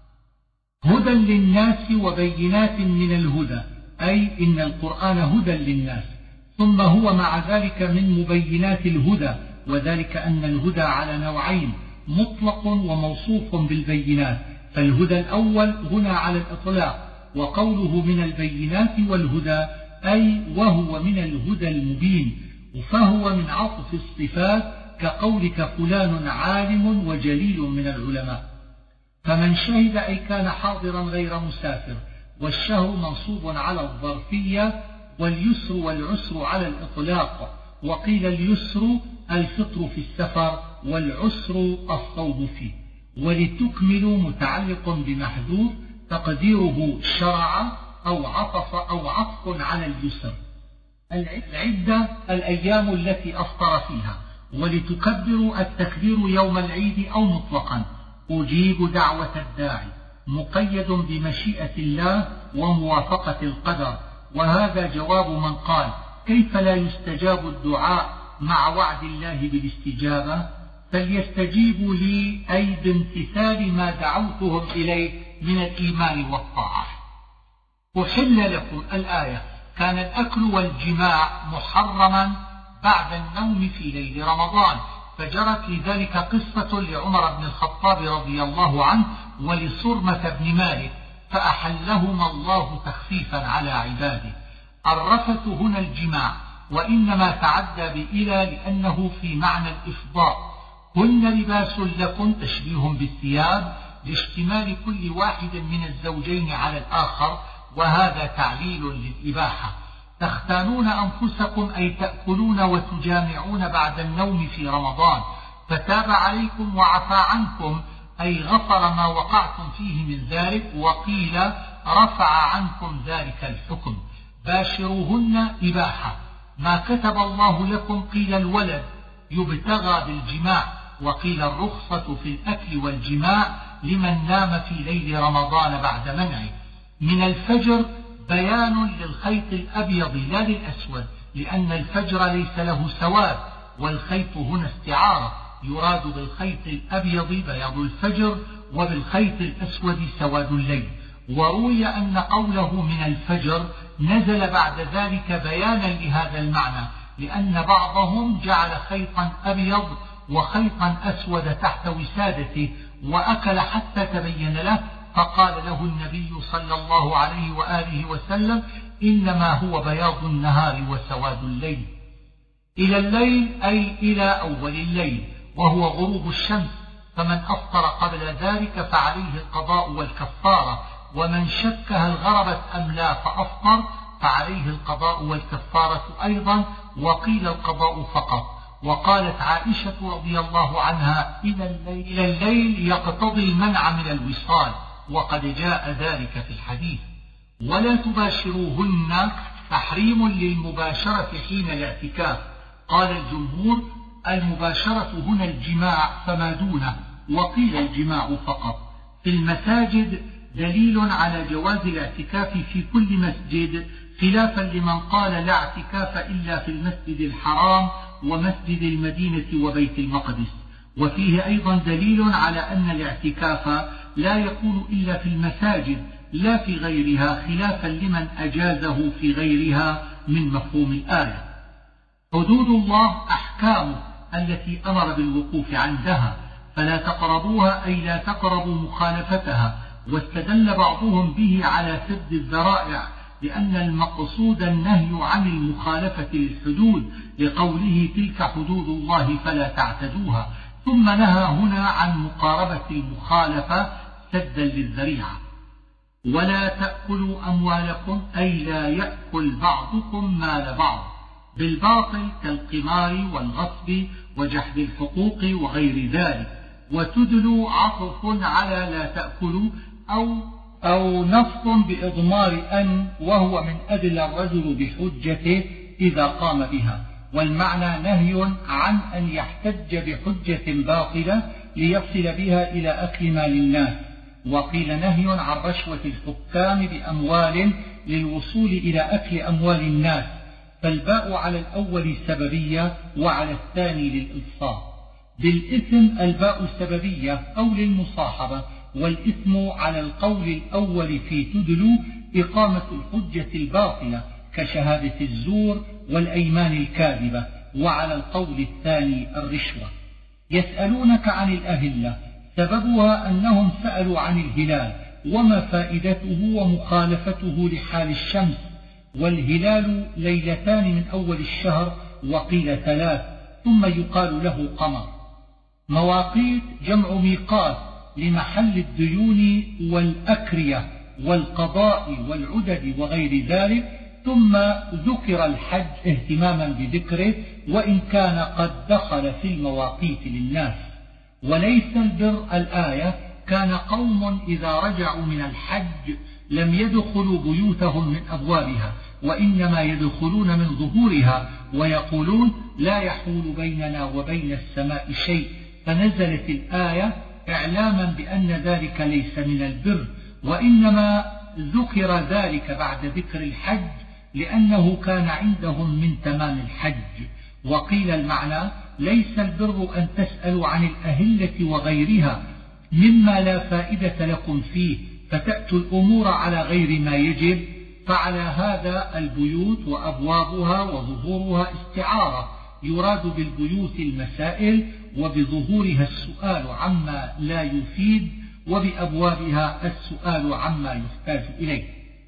هدى للناس وبينات من الهدى، أي إن القرآن هدى للناس. ثم هو مع ذلك من مبينات الهدى، وذلك أن الهدى على نوعين: مطلق وموصوف بالبينات. فالهدى الأول هنا على الإطلاق، وقوله من البينات والهدى أي وهو من الهدى المبين، فهو من عطف الصفات، كقولك فلان عالم وجليل من العلماء. فمن شهد أي كان حاضرا غير مسافر. والشهر منصوب على الظرفية، واليسر والعسر على الإطلاق. وقيل اليسر الفطر في السفر، والعسر الصوم فيه. ولتكملوا متعلق بمحذوف تقديره شرع أو عطف أو عطف على اليسر. العدة الأيام التي أفطر فيها. ولتكبروا التكبير يوم العيد أو مطلقا. أجيب دعوة الداعي مقيد بمشيئة الله وموافقة القدر. وهذا جواب من قال: كيف لا يستجاب الدعاء مع وعد الله بالاستجابة؟ فليستجيبوا لي أي بامتثال ما دعوتهم إليه من الإيمان والطاعة. أحل لكم الآية. كان الأكل والجماع محرما بعد النوم في ليل رمضان، فجرت لذلك قصة لعمر بن الخطاب رضي الله عنه ولصرمة بن مالك، فأحلهما الله تخفيفا على عباده. الرفث هنا الجماع، وإنما تعدى بإلى لأنه في معنى الإفضاء. هن لباس لكم، تشبيه بالثياب لاشتمال كل واحد من الزوجين على الآخر، وهذا تعليل للإباحة. تختانون أنفسكم أي تأكلون وتجامعون بعد النوم في رمضان، فتاب عليكم وعفى عنكم أي غفر ما وقعتم فيه من ذلك. وقيل رفع عنكم ذلك الحكم. باشروهن إباحة. ما كتب الله لكم قيل الولد يبتغى بالجماع، وقيل الرخصة في الأكل والجماع لمن نام في ليل رمضان بعد منعه. من الفجر بيان للخيط الأبيض لا للأسود، لأن الفجر ليس له سواد، والخيط هنا استعارة، يراد بالخيط الأبيض بياض الفجر، وبالخيط الأسود سواد الليل. وروي أن قوله من الفجر نزل بعد ذلك بيانا لهذا المعنى، لأن بعضهم جعل خيطا أبيض وخيطا أسود تحت وسادته وأكل حتى تبين له، فقال له النبي صلى الله عليه وآله وسلم: إنما هو بياض النهار وسواد الليل. إلى الليل أي إلى أول الليل، وهو غروب الشمس، فمن أفطر قبل ذلك فعليه القضاء والكفارة، ومن شك هل غربت أم لا فأفطر فعليه القضاء والكفارة أيضا، وقيل القضاء فقط. وقالت عائشة رضي الله عنها: إلى الليل, إلى الليل يقتضي المنع من الوصال، وقد جاء ذلك في الحديث. ولا تباشروهن تحريم للمباشرة حين الاعتكاف. قال الجمهور: المباشرة هنا الجماع فما دونه، وقيل الجماع فقط. في المساجد دليل على جواز الاعتكاف في كل مسجد، خلافا لمن قال لا اعتكاف إلا في المسجد الحرام ومسجد المدينة وبيت المقدس. وفيه أيضا دليل على أن الاعتكاف لا يكون إلا في المساجد لا في غيرها، خلافا لمن أجازه في غيرها من مفهوم الآية. حدود الله أحكامه التي أمر بالوقوف عندها، فلا تقربوها أي لا تقربوا مخالفتها. واستدل بعضهم به على سد الذرائع، لأن المقصود النهي عن المخالفة للحدود، لقوله: تلك حدود الله فلا تعتدوها. ثم نهى هنا عن مقاربة المخالفة سدا للذريعة. ولا تأكلوا أموالكم أي لا يأكل بعضكم مال بعض بالباطل كالقمار والغصب وجحد الحقوق وغير ذلك. وتدلوا عطف على لا تأكلوا أو أو نص بإضمار أن، وهو من أدل الرجل بحجته إذا قام بها. والمعنى نهي عن أن يحتج بحجة باطلة ليصل بها إلى أكل مال الناس. وقيل نهي عن رشوة الحكام بأموال للوصول إلى أكل أموال الناس، فالباء على الأول سببية وعلى الثاني للإلصاق. بالإثم الباء سببية أو للمصاحبة، والإثم على القول الأول في تدلو إقامة الحجة الباطلة كشهادة الزور والأيمان الكاذبة، وعلى القول الثاني الرشوة. يسألونك عن الأهلة، سببها أنهم سألوا عن الهلال وما فائدته ومخالفته لحال الشمس. والهلال ليلتان من أول الشهر، وقيل ثلاث، ثم يقال له قمر. مواقيت جمع ميقات لمحل الديون والأكرية والقضاء والعدد وغير ذلك. ثم ذكر الحج اهتماما بذكره، وإن كان قد دخل في المواقيت للناس. وليس البر الآية كان قوم إذا رجعوا من الحج لم يدخلوا بيوتهم من أبوابها، وإنما يدخلون من ظهورها، ويقولون: لا يحول بيننا وبين السماء شيء. فنزلت الآية إعلاما بأن ذلك ليس من البر، وإنما ذكر ذلك بعد ذكر الحج لأنه كان عندهم من تمام الحج. وقيل المعنى: ليس البر أن تسألوا عن الأهلة وغيرها مما لا فائدة لكم فيه، فتأتوا الأمور على غير ما يجب. فعلى هذا البيوت وأبوابها وظهورها استعارة، يراد بالبيوت المسائل، وبظهورها السؤال عما لا يفيد، وبأبوابها السؤال عما يحتاج إليه.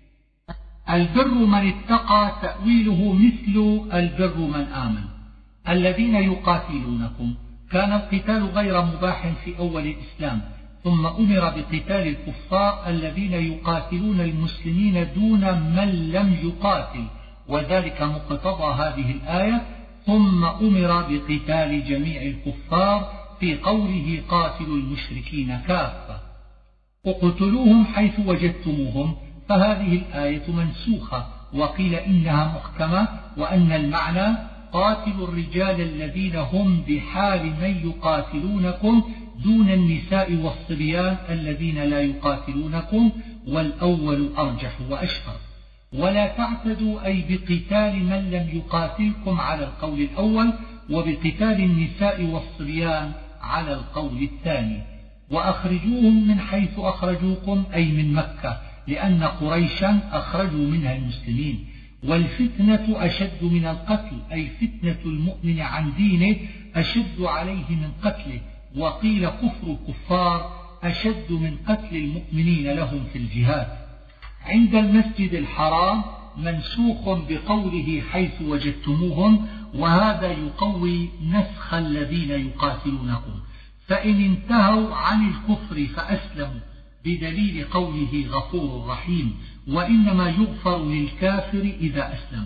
البر من اتقى تأويله مثل البر من آمن. الذين يقاتلونكم، كان القتال غير مباح في أول الإسلام، ثم أمر بقتال الكفار الذين يقاتلون المسلمين دون من لم يقاتل، وذلك مقتضى هذه الآية: ثم أمر بقتال جميع الكفار في قوله: قاتلوا المشركين كافة. اقتلوهم حيث وجدتموهم، فهذه الآية منسوخة، وقيل إنها محكمة، وأن المعنى: قاتلوا الرجال الذين هم بحال من يقاتلونكم دون النساء والصبيان الذين لا يقاتلونكم، والأول أرجح وأشهر. ولا تعتدوا أي بقتال من لم يقاتلكم على القول الأول، وبقتال النساء والصبيان على القول الثاني. وأخرجوهم من حيث أخرجوكم أي من مكة، لأن قريشا أخرجوا منها المسلمين. والفتنة أشد من القتل، أي فتنة المؤمن عن دينه أشد عليه من قتله. وقيل كفر الكفار أشد من قتل المؤمنين لهم في الجهاد. عند المسجد الحرام منسوخ بقوله حيث وجدتموهم، وهذا يقوي نسخ الذين يقاتلونكم. فإن انتهوا عن الكفر فأسلموا بدليل قوله غفور رحيم، وإنما يغفر للكافر إذا أسلم.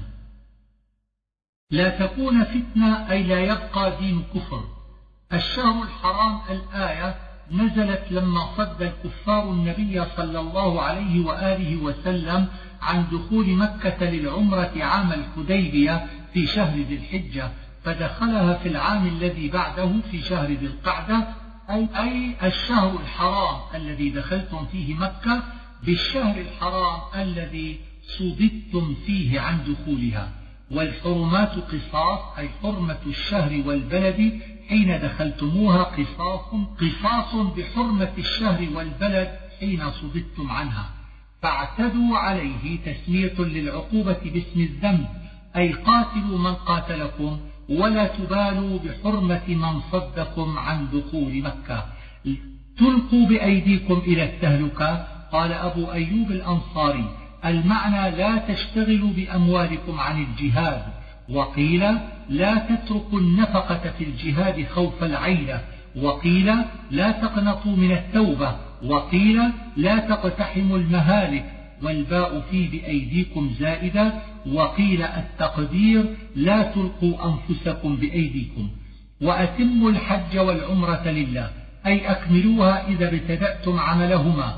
لا تكون فتنة، أي لا يبقى دين كفر. الشهر الحرام الآية نزلت لما صد الكفار النبي صلى الله عليه وآله وسلم عن دخول مكة للعمرة عام الحديبية في شهر ذي الحجة، فدخلها في العام الذي بعده في شهر ذي القعدة، أي, أي الشهر الحرام الذي دخلتم فيه مكة بالشهر الحرام الذي صددتم فيه عن دخولها. والحرمات قصاص، أي حرمة الشهر والبلد حين دخلتموها قصاص قصاص بحرمة الشهر والبلد حين صددتم عنها. فاعتدوا عليه تسمية للعقوبة باسم الذنب، أي قاتلوا من قاتلكم ولا تبالوا بحرمة من صدكم عن دخول مكة. تلقوا بأيديكم إلى التهلكة. قال أبو أيوب الأنصاري: المعنى لا تشتغلوا بأموالكم عن الجهاد. وقيل لا تتركوا النفقة في الجهاد خوف العيلة. وقيل لا تقنطوا من التوبة. وقيل لا تقتحموا المهالك، والباء في بأيديكم زائدة. وقيل التقدير لا تلقوا أنفسكم بأيديكم. وأتموا الحج والعمرة لله، أي أكملوها إذا ابتدأتم عملهما.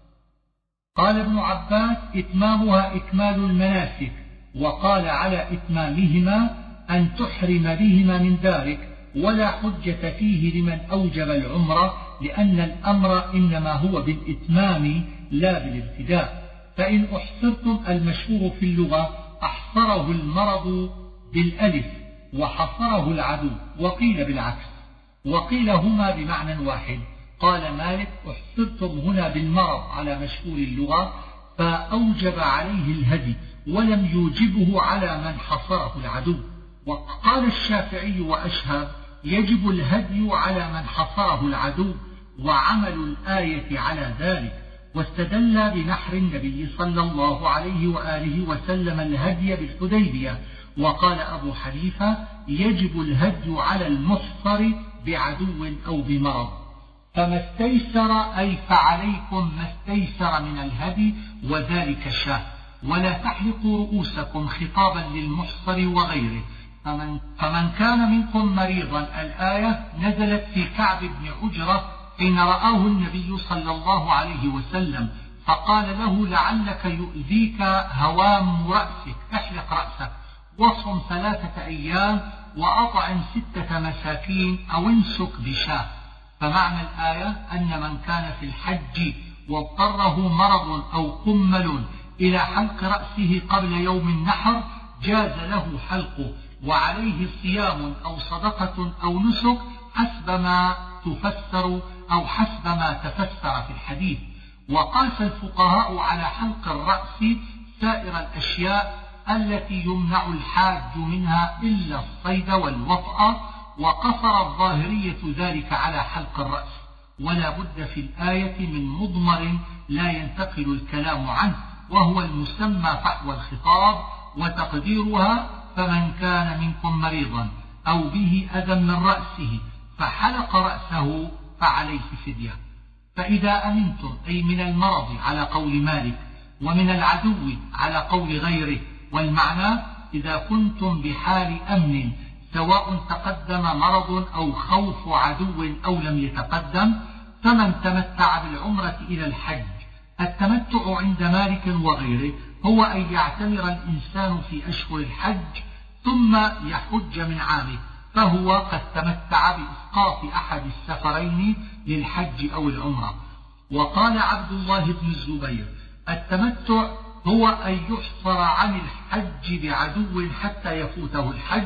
قال ابن عباس: إتمامها إكمال المناسك. وقال على إتمامهما أن تحرم بهما من ذلك، ولا حجة فيه لمن أوجب العمرة، لأن الأمر إنما هو بالإتمام لا بالابتداء. فإن أحصرتم، المشهور في اللغة أحصره المرض بالألف وحصره العدو، وقيل بالعكس، وقيل هما بمعنى واحد. قال مالك: أحصرتم هنا بالمرض على مشهور اللغة، فأوجب عليه الهدي ولم يوجبه على من حصره العدو. وقال الشافعي وأشهب: يجب الهدي على من حصره العدو، وعمل الآية على ذلك. واستدل بنحر النبي صلى الله عليه وآله وسلم الهدي بالحديبية. وقال أبو حنيفة: يجب الهدي على المحصر بعدو أو بمرض. فما استيسر، أي فعليكم ما استيسر من الهدي، وذلك الشاه. ولا تحلقوا رؤوسكم، خطابا للمحصر وغيره. فمن, فمن كان منكم مريضا، الآية نزلت في كعب بن عجرة حين رآه النبي صلى الله عليه وسلم، فقال له: لعلك يؤذيك هوام رأسك، احلق رأسك، واصم ثلاثة أيام، وأطعم ستة مساكين، أو انسك بشاه. فمعنى الآية أن من كان في الحج واضطره مرض أو قمل إلى حلق رأسه قبل يوم النحر جاز له حلقه، وعليه صيام أو صدقة أو نسك حسب ما تفسر أو حسب ما تفسر في الحديث. وقاس الفقهاء على حلق الرأس سائر الأشياء التي يمنع الحاج منها إلا الصيد والوطأ، وقصر الظاهرية ذلك على حلق الرأس. ولا بد في الآية من مضمر لا ينتقل الكلام عنه، وهو المسمى فحوى الخطاب، وتقديرها: فمن كان منكم مريضا أو به أذى من رأسه فحلق رأسه فعليه فدية. فإذا أمنتم، أي من المرض على قول مالك، ومن العدو على قول غيره. والمعنى: إذا كنتم بحال أمن، سواء تقدم مرض أو خوف عدو أو لم يتقدم، فمن تمتع بالعمرة إلى الحج. التمتع عند مالك وغيره هو أن يعتمر الإنسان في أشهر الحج ثم يحج من عامه، فهو قد تمتع بإسقاط أحد السفرين للحج أو العمرة. وقال عبد الله بن الزبير: التمتع هو أن يحصر عن الحج بعدو حتى يفوته الحج،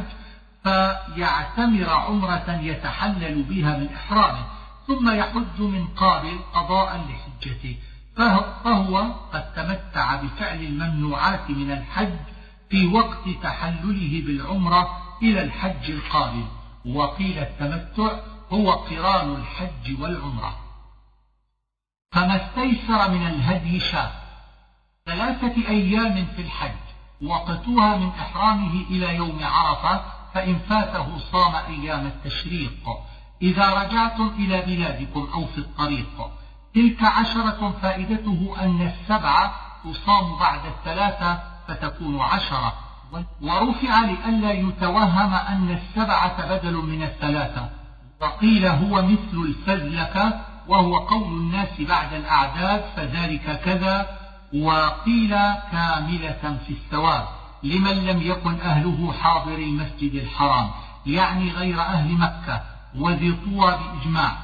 فيعتمر عمرة يتحلل بها من إحرامه، ثم يحج من قابل قضاء لحجته، فهو قد تمتع بفعل الممنوعات من الحج في وقت تحلله بالعمرة إلى الحج القابل. وقيل التمتع هو قران الحج والعمرة. فما استيسر من الهدي شاة. ثلاثة أيام في الحج وقتها من إحرامه إلى يوم عرفة، فإن فاته صام أيام التشريق. إذا رجعتم إلى بلادكم أو في الطريق. تلك عشرة فائدته أن السبعة تصام بعد الثلاثة فتكون عشرة. ورفع لئلا يتوهم أن السبعة بدل من الثلاثة. وقيل هو مثل الفزلكة، وهو قول الناس بعد الأعداد، فذلك كذا. وقيل كاملة في الثواب لمن لم يكن أهله حاضر المسجد الحرام، يعني غير أهل مكة وذي طوى بإجماع.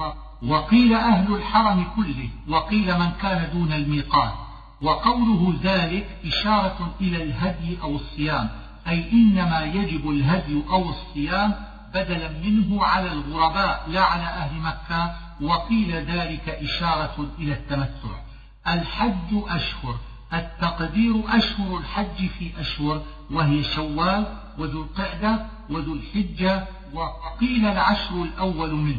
وقيل أهل الحرم كله، وقيل من كان دون الميقات. وقوله ذلك إشارة إلى الهدي أو الصيام، أي إنما يجب الهدي أو الصيام بدلا منه على الغرباء لا على أهل مكة. وقيل ذلك إشارة إلى التمتع. الحج أشهر، التقدير أشهر الحج في أشهر، وهي شوال وذو القعدة وذو الحجة، وقيل العشر الأول منه.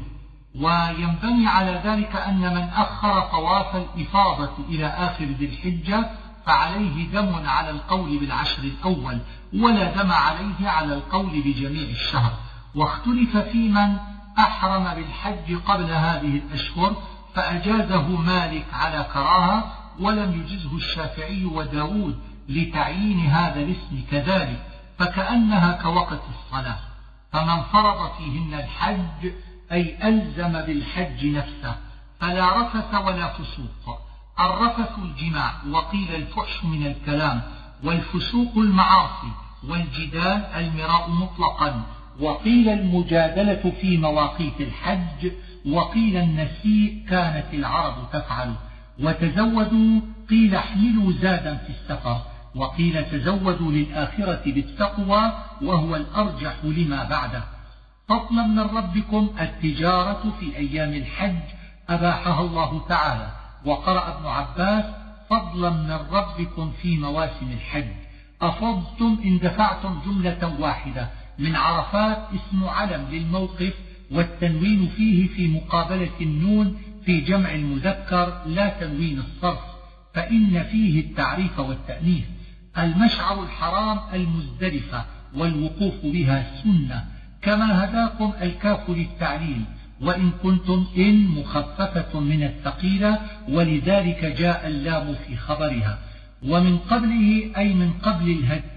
وينبني على ذلك أن من أخر طواف الإفاضة إلى آخر ذي الحجة فعليه دم على القول بالعشر الأول، ولا دم عليه على القول بجميع الشهر. واختلف في من أحرم بالحج قبل هذه الأشهر، فأجازه مالك على كراهة، ولم يجزه الشافعي وداود لتعيين هذا الاسم كذلك، فكأنها كوقت الصلاة. فمن فرض فيهن الحج أي ألزم بالحج نفسه فلا رفث ولا فسوق. الرفث الجماع، وقيل الفحش من الكلام، والفسوق المعاصي، والجدال المراء مطلقا، وقيل المجادلة في مواقيت الحج، وقيل النسيء كانت العرب تفعل. وتزودوا قيل احملوا زادا في السفر، وقيل تزودوا للآخرة بالتقوى، وهو الأرجح لما بعده. فضلا من ربكم التجارة في أيام الحج أباحها الله تعالى. وقرأ ابن عباس فضلا من ربكم في مواسم الحج. أفضتم إن دفعتم جملة واحدة من عرفات اسم علم للموقف، والتنوين فيه في مقابلة النون في جمع المذكر لا تنوين الصرف، فإن فيه التعريف والتأنيث. المشعر الحرام المزدلفة والوقوف بها سنة، كما هداكم الكاف للتعليل، وإن كنتم إن مخففة من الثقيلة، ولذلك جاء اللام في خبرها. ومن قبله أي من قبل الهدي